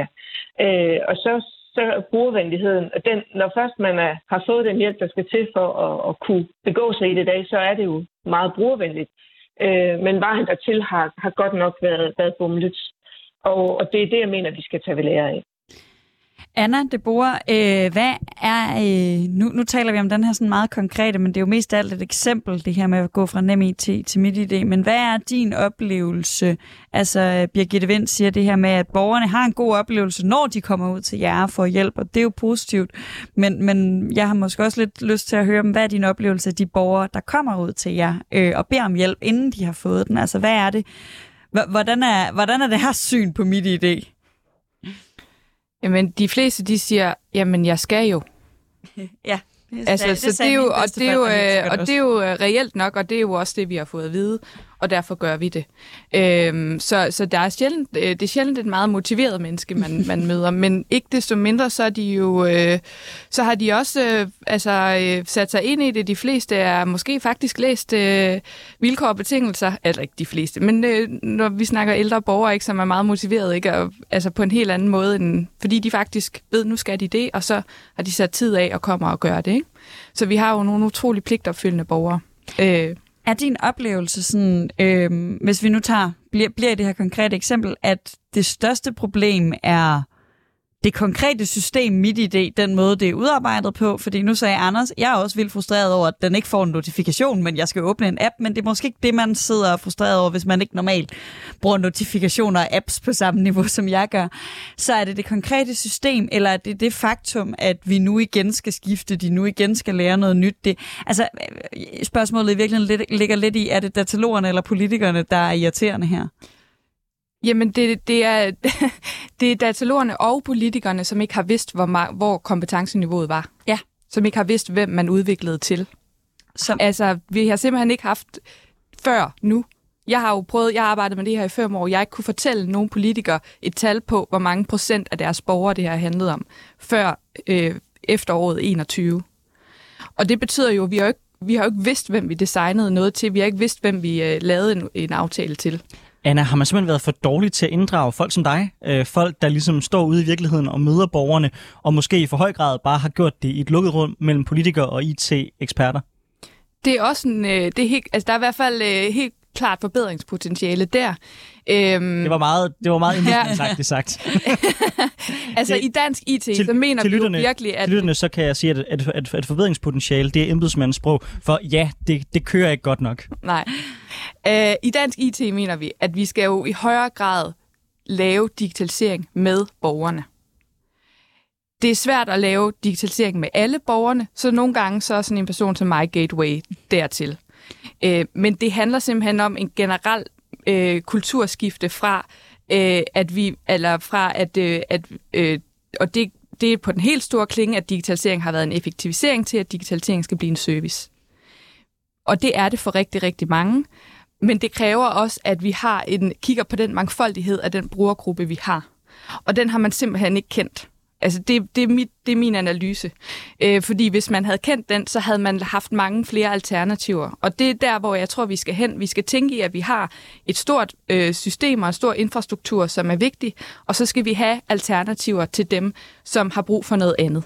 D: Og så brugervenligheden, når først man har fået den hjælp, der skal til for at kunne begå sig i det i dag, så er det jo meget brugervenligt. Men vejen dertil har godt nok været bumlet. Og det er det, jeg mener, vi skal tage ved lære af.
B: Anna de Boer, hvad er... Nu taler vi om den her sådan meget konkrete, men det er jo mest af alt et eksempel, det her med at gå fra NemID til MitID. Men hvad er din oplevelse? Altså, Birgitte Vind siger det her med, at borgerne har en god oplevelse, når de kommer ud til jer for hjælp, og det er jo positivt. Men jeg har måske også lidt lyst til at høre, hvad er din oplevelse af de borgere, der kommer ud til jer og beder om hjælp, inden de har fået den? Altså, hvad er det? Hvordan er det her syn på MitID?
C: Jamen, de fleste, de siger, jamen, jeg skal jo.
B: Ja.
C: Det er jo reelt nok, og det er jo også det, vi har fået at vide, og derfor gør vi det. Så der er sjældent, det er sjældent et meget motiveret menneske, man møder, men ikke desto mindre, så er de jo, så har de også sat sig ind i det. De fleste er måske faktisk læst vilkår og betingelser, eller ikke de fleste, men når vi snakker ældre borgere, ikke, som er meget motiveret, ikke, og, altså på en helt anden måde, end, fordi de faktisk ved, nu skal de det, og så har de sat tid af og kommer og gør det. Ikke? Så vi har jo nogle utrolig pligtopfyldende borgere.
B: Er din oplevelse sådan, hvis vi nu bliver i det her konkrete eksempel, at det største problem er det konkrete system, MitID, den måde, det er udarbejdet på, fordi nu sagde Anders, jeg er også vildt frustreret over, at den ikke får en notifikation, men jeg skal åbne en app, men det er måske ikke det, man sidder frustreret over, hvis man ikke normalt bruger notifikationer og apps på samme niveau, som jeg gør. Så er det konkrete system, eller er det faktum, at vi nu igen skal skifte, de nu igen skal lære noget nyt? Altså, spørgsmålet i virkeligheden ligger lidt i, er det datalogerne eller politikerne, der er irriterende her?
C: Jamen, det er datalogerne og politikerne, som ikke har vidst, hvor kompetenceniveauet var.
B: Ja.
C: Som ikke har vidst, hvem man udviklede til. Altså, vi har simpelthen ikke haft før nu. Jeg har arbejdet med det her i 5 år. Jeg ikke kunne fortælle nogen politikere et tal på, hvor mange procent af deres borgere det her handlede om, før efteråret 21. Og det betyder jo, at vi har jo ikke vidst, hvem vi designede noget til. Vi har ikke vidst, hvem vi lavede en aftale til.
A: Anna, har man simpelthen været for dårlig til at inddrage folk som dig? Folk, der ligesom står ude i virkeligheden og møder borgerne, og måske i for høj grad bare har gjort det i et lukket rum mellem politikere og IT-eksperter?
C: Det er også der er i hvert fald helt klart forbedringspotentiale der.
A: Det var meget indlæggende sagt.
C: Altså i dansk IT, så mener vi jo virkelig, at...
A: Til lytterne, så kan jeg sige, at forbedringspotentiale, det er embedsmandssprog, for ja, det kører ikke godt nok.
C: Nej. I dansk IT mener vi, at vi skal jo i højere grad lave digitalisering med borgerne. Det er svært at lave digitalisering med alle borgerne, så nogle gange så er sådan en person som mig gateway dertil. Men det handler simpelthen om en generel kulturskifte fra og det er på den helt store klinge, at digitalisering har været en effektivisering til, at digitalisering skal blive en service. Og det er det for rigtig, rigtig mange. Men det kræver også, at vi kigger på den mangfoldighed af den brugergruppe, vi har. Og den har man simpelthen ikke kendt. Altså, det er min analyse. Fordi hvis man havde kendt den, så havde man haft mange flere alternativer. Og det er der, hvor jeg tror, vi skal hen. Vi skal tænke i, at vi har et stort system og en stor infrastruktur, som er vigtig. Og så skal vi have alternativer til dem, som har brug for noget andet.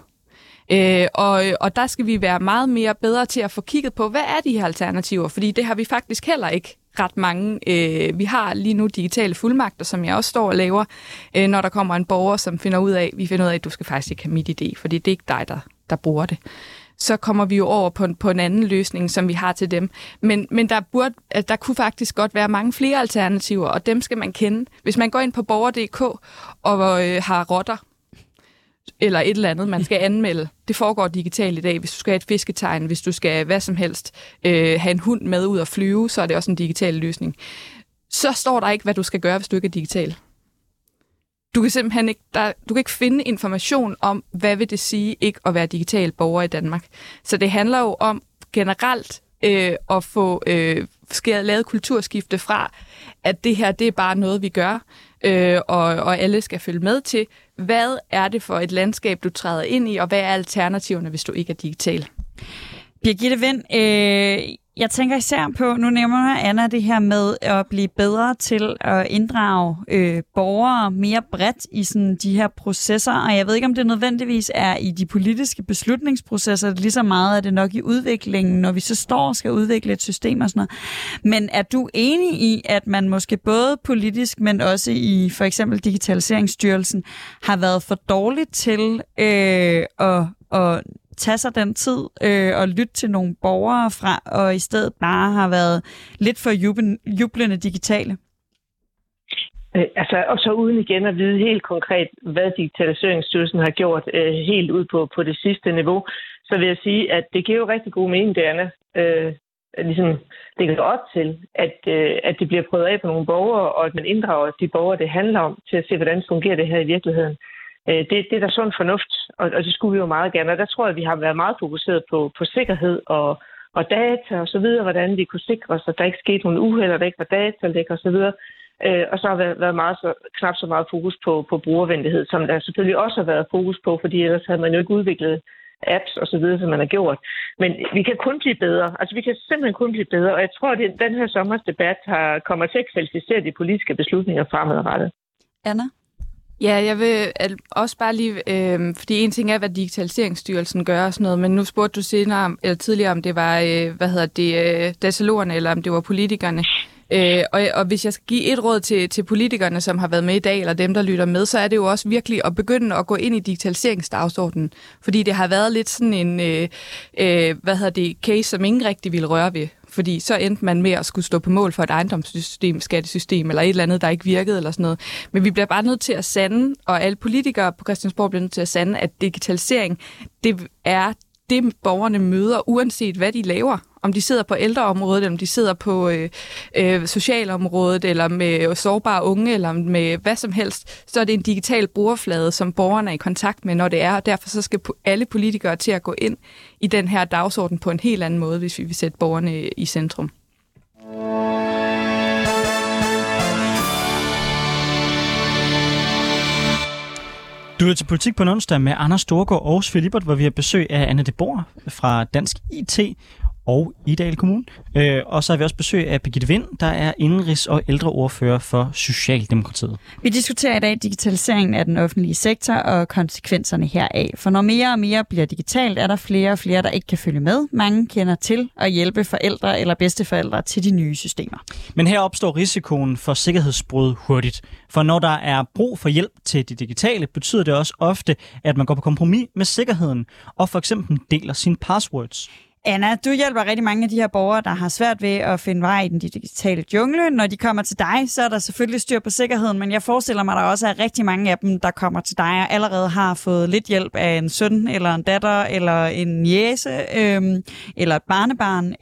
C: Og der skal vi være meget mere bedre til at få kigget på, hvad er de her alternativer? Fordi det har vi faktisk heller ikke ret mange. Vi har lige nu digitale fuldmagter, som jeg også står og laver, når der kommer en borger, som finder ud af, at du skal faktisk ikke have MitID, fordi det er ikke dig, der bruger det. Så kommer vi jo over på en anden løsning, som vi har til dem. Men der kunne faktisk godt være mange flere alternativer, og dem skal man kende. Hvis man går ind på borger.dk og har rotter, eller et eller andet, man skal anmelde. Det foregår digitalt i dag. Hvis du skal have et fisketegn, hvis du skal hvad som helst have en hund med ud og flyve, så er det også en digital løsning. Så står der ikke, hvad du skal gøre, hvis du ikke er digital. Du kan simpelthen ikke, du kan ikke finde information om, hvad vil det sige ikke at være digital borger i Danmark. Så det handler jo om generelt at få lavet kulturskifte fra, at det her, det er bare noget, vi gør, og alle skal følge med til. Hvad er det for et landskab, du træder ind i, og hvad er alternativerne, hvis du ikke er digital?
B: Birgitte Vind, jeg tænker især på, nu nævner Anna det her med at blive bedre til at inddrage borgere mere bredt i sådan de her processer, og jeg ved ikke, om det nødvendigvis er i de politiske beslutningsprocesser, lige så meget er det nok i udviklingen, når vi så står og skal udvikle et system og sådan noget. Men er du enig i, at man måske både politisk, men også i for eksempel Digitaliseringsstyrelsen, har været for dårligt til at tage sig den tid og lytte til nogle borgere fra, og i stedet bare har været lidt for jublende digitale?
D: Og så uden igen at vide helt konkret, hvad Digitaliseringsstyrelsen har gjort helt ud på det sidste niveau, så vil jeg sige, at det giver jo rigtig god mening, det Anna ligesom lægger op til, at det bliver prøvet af på nogle borgere, og at man inddrager de borgere, det handler om, til at se, hvordan fungerer det her i virkeligheden. Det er da sund fornuft, og det skulle vi jo meget gerne. Og der tror jeg, at vi har været meget fokuseret på sikkerhed og data og så videre, hvordan vi kunne sikre os, at der ikke skete nogle uheld, og der ikke var datalæk og så videre. Og så har været knap så meget fokus på brugervenlighed, som der selvfølgelig også har været fokus på, fordi ellers havde man jo ikke udviklet apps og så videre, som man har gjort. Men vi kan kun blive bedre. Altså, vi kan simpelthen kun blive bedre, og jeg tror, at den her sommers debat kommer til at kvalificere de politiske beslutninger fremadrettet.
B: Anna?
C: Ja, jeg vil også bare lige, fordi en ting er, hvad Digitaliseringsstyrelsen gør og sådan noget, men nu spurgte du tidligere om det var, datalogerne, eller om det var politikerne. Og hvis jeg skal give et råd til politikerne, som har været med i dag, eller dem, der lytter med, så er det jo også virkelig at begynde at gå ind i digitaliseringsdagsordenen. Fordi det har været lidt sådan en case, som ingen rigtig ville røre ved. Fordi så endte man med at skulle stå på mål for et ejendomssystem, skattesystem, eller et eller andet, der ikke virkede, eller sådan noget. Men vi bliver bare nødt til at sande, og alle politikere på Christiansborg bliver nødt til at sande, at digitalisering, det er det, borgerne møder, uanset hvad de laver. Om de sidder på ældreområdet, eller om de sidder på socialområdet, eller med sårbare unge, eller med hvad som helst, så er det en digital brugerflade, som borgerne er i kontakt med, når det er. Og derfor så skal alle politikere til at gå ind i den her dagsorden på en helt anden måde, hvis vi vil sætte borgerne i centrum.
A: Du er til Politik på en onsdag med Anders Storgård og Sofie Lippert, hvor vi har besøg af Anne de Boer fra Dansk IT og Idal Kommune. Og så har vi også besøg af Birgitte Vind, der er indenrigs- og ældreordfører for Socialdemokratiet.
B: Vi diskuterer i dag digitaliseringen af den offentlige sektor og konsekvenserne heraf. For når mere og mere bliver digitalt, er der flere og flere, der ikke kan følge med. Mange kender til at hjælpe forældre eller bedsteforældre til de nye systemer.
A: Men her opstår risikoen for sikkerhedsbrud hurtigt. For når der er brug for hjælp til det digitale, betyder det også ofte, at man går på kompromis med sikkerheden og for eksempel deler sine passwords.
B: Anna, du hjælper rigtig mange af de her borgere, der har svært ved at finde vej i den digitale jungle. Når de kommer til dig, så er der selvfølgelig styr på sikkerheden, men jeg forestiller mig, at der også er rigtig mange af dem, der kommer til dig og allerede har fået lidt hjælp af en søn, eller en datter, eller en niece, eller et barnebarn.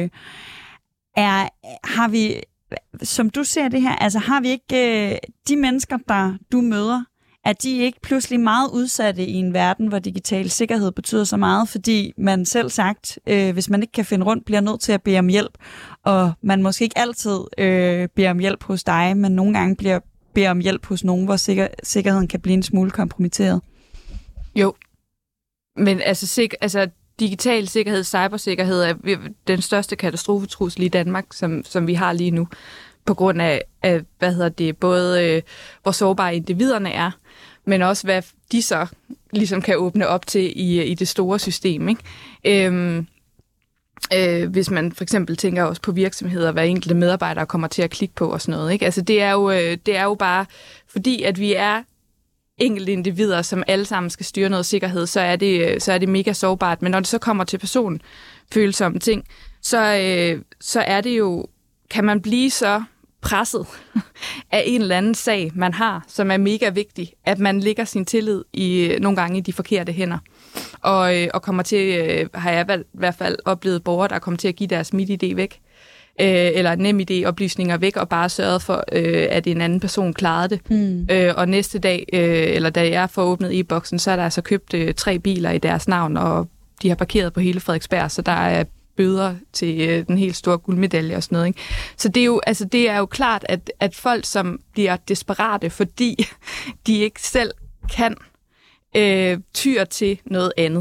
B: Har vi, som du ser det her, altså har vi ikke de mennesker, der du møder, er de ikke pludselig meget udsatte i en verden, hvor digital sikkerhed betyder så meget, fordi man selv sagt, hvis man ikke kan finde rundt, bliver nødt til at bede om hjælp, og man måske ikke altid beder om hjælp hos dig, men nogle gange beder om hjælp hos nogen, hvor sikkerheden kan blive en smule kompromitteret.
C: Jo, men altså digital sikkerhed, cybersikkerhed er den største katastrofetrussel i Danmark, som vi har lige nu, på grund af både hvor sårbare individerne er, men også hvad de så ligesom kan åbne op til i det store system, ikke? Hvis man for eksempel tænker også på virksomheder, hvad enkelte medarbejdere kommer til at klikke på og sådan noget, ikke? Altså det er jo bare fordi, at vi er enkelte individer, som alle sammen skal styre noget sikkerhed, så er det mega sårbart. Men når det så kommer til personfølsomme ting, så er det jo, kan man blive så presset af en eller anden sag, man har, som er mega vigtig, at man lægger sin tillid nogle gange i de forkerte hænder. Og kommer til, har jeg i hvert fald oplevet borgere, der kommer til at give deres MitID væk, eller NemID-oplysninger væk, og bare sørget for, at en anden person klarede det. Og næste dag, eller da jeg får åbnet e-boksen, så er der altså købt 3 biler i deres navn, og de har parkeret på hele Frederiksberg, så der er bøder til den helt store guldmedalje og sådan noget, ikke? Så det er jo klart, at folk, som bliver desperate, fordi de ikke selv kan tyre til noget andet.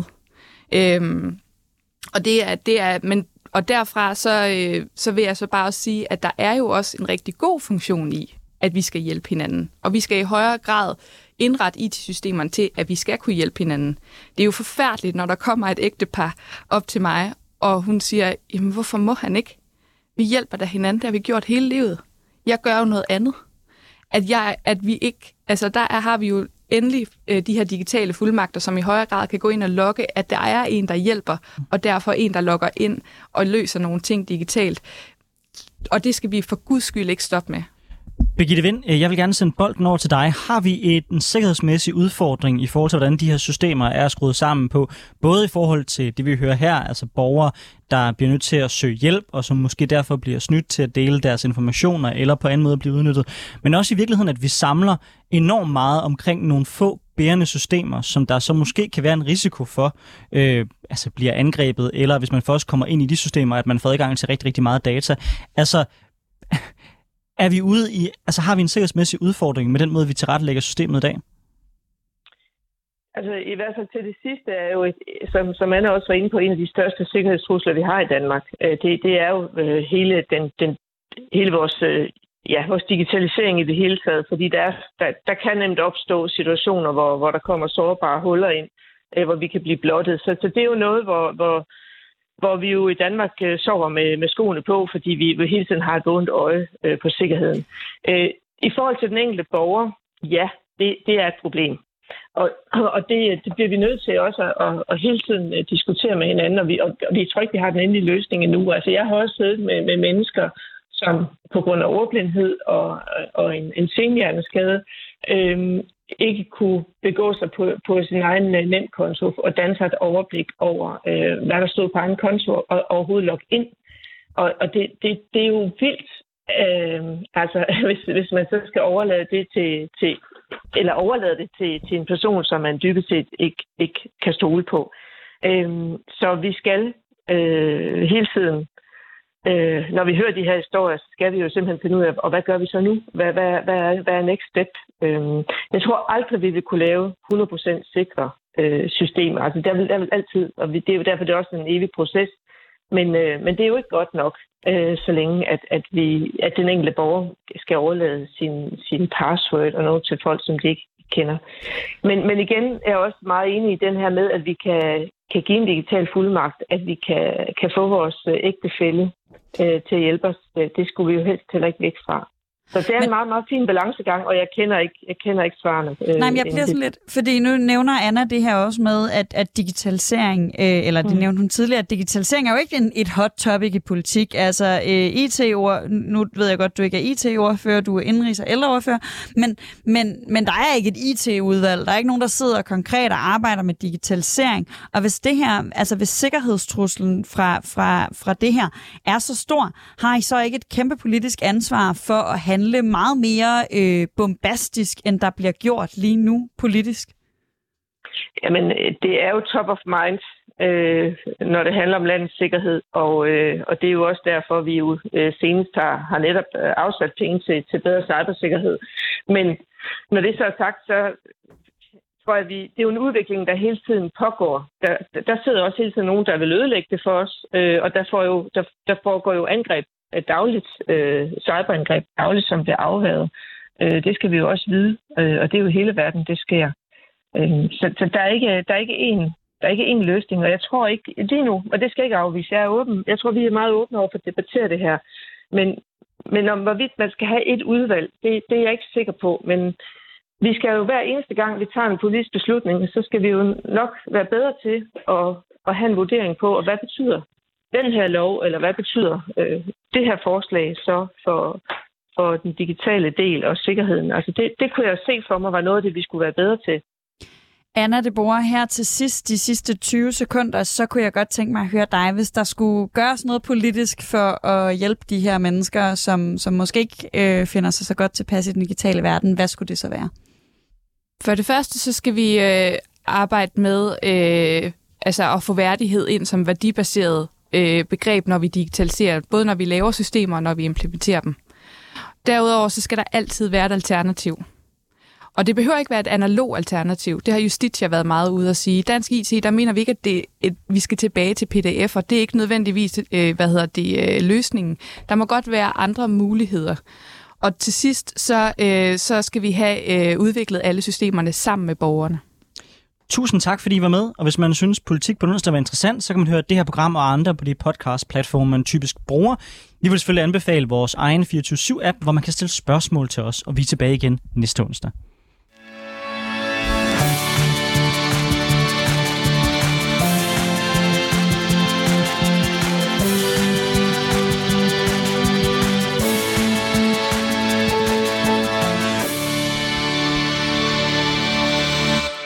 C: Og derfra så vil jeg så bare også sige, at der er jo også en rigtig god funktion i, at vi skal hjælpe hinanden. Og vi skal i højere grad indrette IT-systemerne til, at vi skal kunne hjælpe hinanden. Det er jo forfærdeligt, når der kommer et ægtepar op til mig, og hun siger, jamen hvorfor må han ikke? Vi hjælper da hinanden, det har vi gjort hele livet. Jeg gør jo noget andet. At vi ikke, altså har vi jo endelig de her digitale fuldmagter, som i højere grad kan gå ind og logge, at der er en, der hjælper, og derfor en, der logger ind og løser nogle ting digitalt. Og det skal vi for guds skyld ikke stoppe med.
A: Birgitte Vind, jeg vil gerne sende bolden over til dig. Har vi en sikkerhedsmæssig udfordring i forhold til, hvordan de her systemer er skruet sammen på? Både i forhold til det, vi hører her, altså borgere, der bliver nødt til at søge hjælp, og som måske derfor bliver snydt til at dele deres informationer, eller på anden måde blive udnyttet. Men også i virkeligheden, at vi samler enormt meget omkring nogle få bærende systemer, som der så måske kan være en risiko for, bliver angrebet, eller hvis man først kommer ind i de systemer, at man får adgang til rigtig, rigtig meget data. Altså, er vi ude i, har vi en sikkerhedsmæssig udfordring med den måde, vi tilrettelægger systemet i dag?
D: Altså i hvert fald til det sidste er jo, som Anna også var inde på, en af de største sikkerhedstrusler, vi har i Danmark. Det er jo hele vores digitalisering i det hele taget, fordi der kan nemt opstå situationer, hvor der kommer sårbare huller ind, hvor vi kan blive blottet. Så det er jo noget, hvor vi jo i Danmark sover med skoene på, fordi vi hele tiden har et vågent øje på sikkerheden. I forhold til den enkelte borger, ja, det er et problem. Og det bliver vi nødt til også at hele tiden diskutere med hinanden, og vi tror ikke, vi har den endelige løsning endnu. Altså, jeg har også siddet med mennesker, som på grund af ordblindhed og en senhjerneskade ikke kunne begå sig på sin egen nemkonto og danne sig et overblik over, hvad der stod på egen konto og overhovedet logge ind. Og det er jo vildt, altså hvis man så skal overlade det til en person, som man dybest set ikke kan stole på. Så vi skal hele tiden, når vi hører de her historier, så skal vi jo simpelthen finde ud af, og hvad gør vi så nu? Hvad er next step? Jeg tror aldrig, vi vil kunne lave 100% sikre systemer. Altså der vil altid, og det er jo derfor, det er også en evig proces. Men det er jo ikke godt nok, så længe at den enkelte borger skal overlade sin password og noget til folk, som de ikke kender. Men igen er jeg også meget enig i den her med, at vi kan give en digital fuldmagt, at vi kan få vores ægtefælle til at hjælpe os. Det skulle vi jo helst heller ikke væk fra. Så det er en meget, meget fin balancegang, og jeg kender ikke svarene.
B: Nej, men jeg bliver sådan lidt, fordi nu nævner Anna det her også med, at digitalisering, eller det nævnte hun tidligere, at digitalisering er jo ikke et hot topic i politik. Altså IT-ord, nu ved jeg godt, du ikke er IT-ordfører, du er indrigs- og ældreordfører, men der er ikke et IT-udvalg. Der er ikke nogen, der sidder konkret og arbejder med digitalisering. Og hvis det her, altså hvis sikkerhedstruslen fra det her er så stor, har I så ikke et kæmpe politisk ansvar for at handle meget mere bombastisk, end der bliver gjort lige nu politisk?
D: Jamen, det er jo top of mind, når det handler om landets sikkerhed, og det er jo også derfor, vi jo senest har netop afsat penge til bedre cybersikkerhed. Men når det så er sagt, så tror jeg, det er jo en udvikling, der hele tiden pågår. Der sidder også hele tiden nogen, der vil ødelægge det for os, og der foregår jo angreb dagligt, cyberangreb dagligt, som bliver afværget. Det skal vi jo også vide, og det er jo hele verden, det sker. Så der er ikke én løsning, og jeg tror ikke lige nu, og det skal ikke afvise, jeg er åben. Jeg tror, vi er meget åbne over for at debattere det her. Men om hvorvidt man skal have et udvalg, det er jeg ikke sikker på. Men vi skal jo hver eneste gang, vi tager en politisk beslutning, så skal vi jo nok være bedre til at have en vurdering på, og hvad betyder den her lov, eller hvad betyder det her forslag så for den digitale del og sikkerheden? Altså det kunne jeg se for mig var noget af det, vi skulle være bedre til.
B: Anna de Boer, her til sidst, de sidste 20 sekunder, så kunne jeg godt tænke mig at høre dig, hvis der skulle gøres noget politisk for at hjælpe de her mennesker, som måske ikke finder sig så godt tilpas i den digitale verden. Hvad skulle det så være?
C: For det første, så skal vi arbejde med at få værdighed ind som værdibaseret begreb, når vi digitaliserer, både når vi laver systemer og når vi implementerer dem. Derudover så skal der altid være et alternativ. Og det behøver ikke være et analog alternativ. Det har Justitia været meget ude at sige. Dansk IT, der mener vi ikke, at vi skal tilbage til PDF, og det er ikke nødvendigvis løsningen. Der må godt være andre muligheder. Og til sidst, så skal vi have udviklet alle systemerne sammen med borgerne.
A: Tusind tak, fordi I var med. Og hvis man synes, politik på onsdag var interessant, så kan man høre det her program og andre på de podcast-platforme, man typisk bruger. Vi vil selvfølgelig anbefale vores egen 24/7-app, hvor man kan stille spørgsmål til os, og vi er tilbage igen næste onsdag.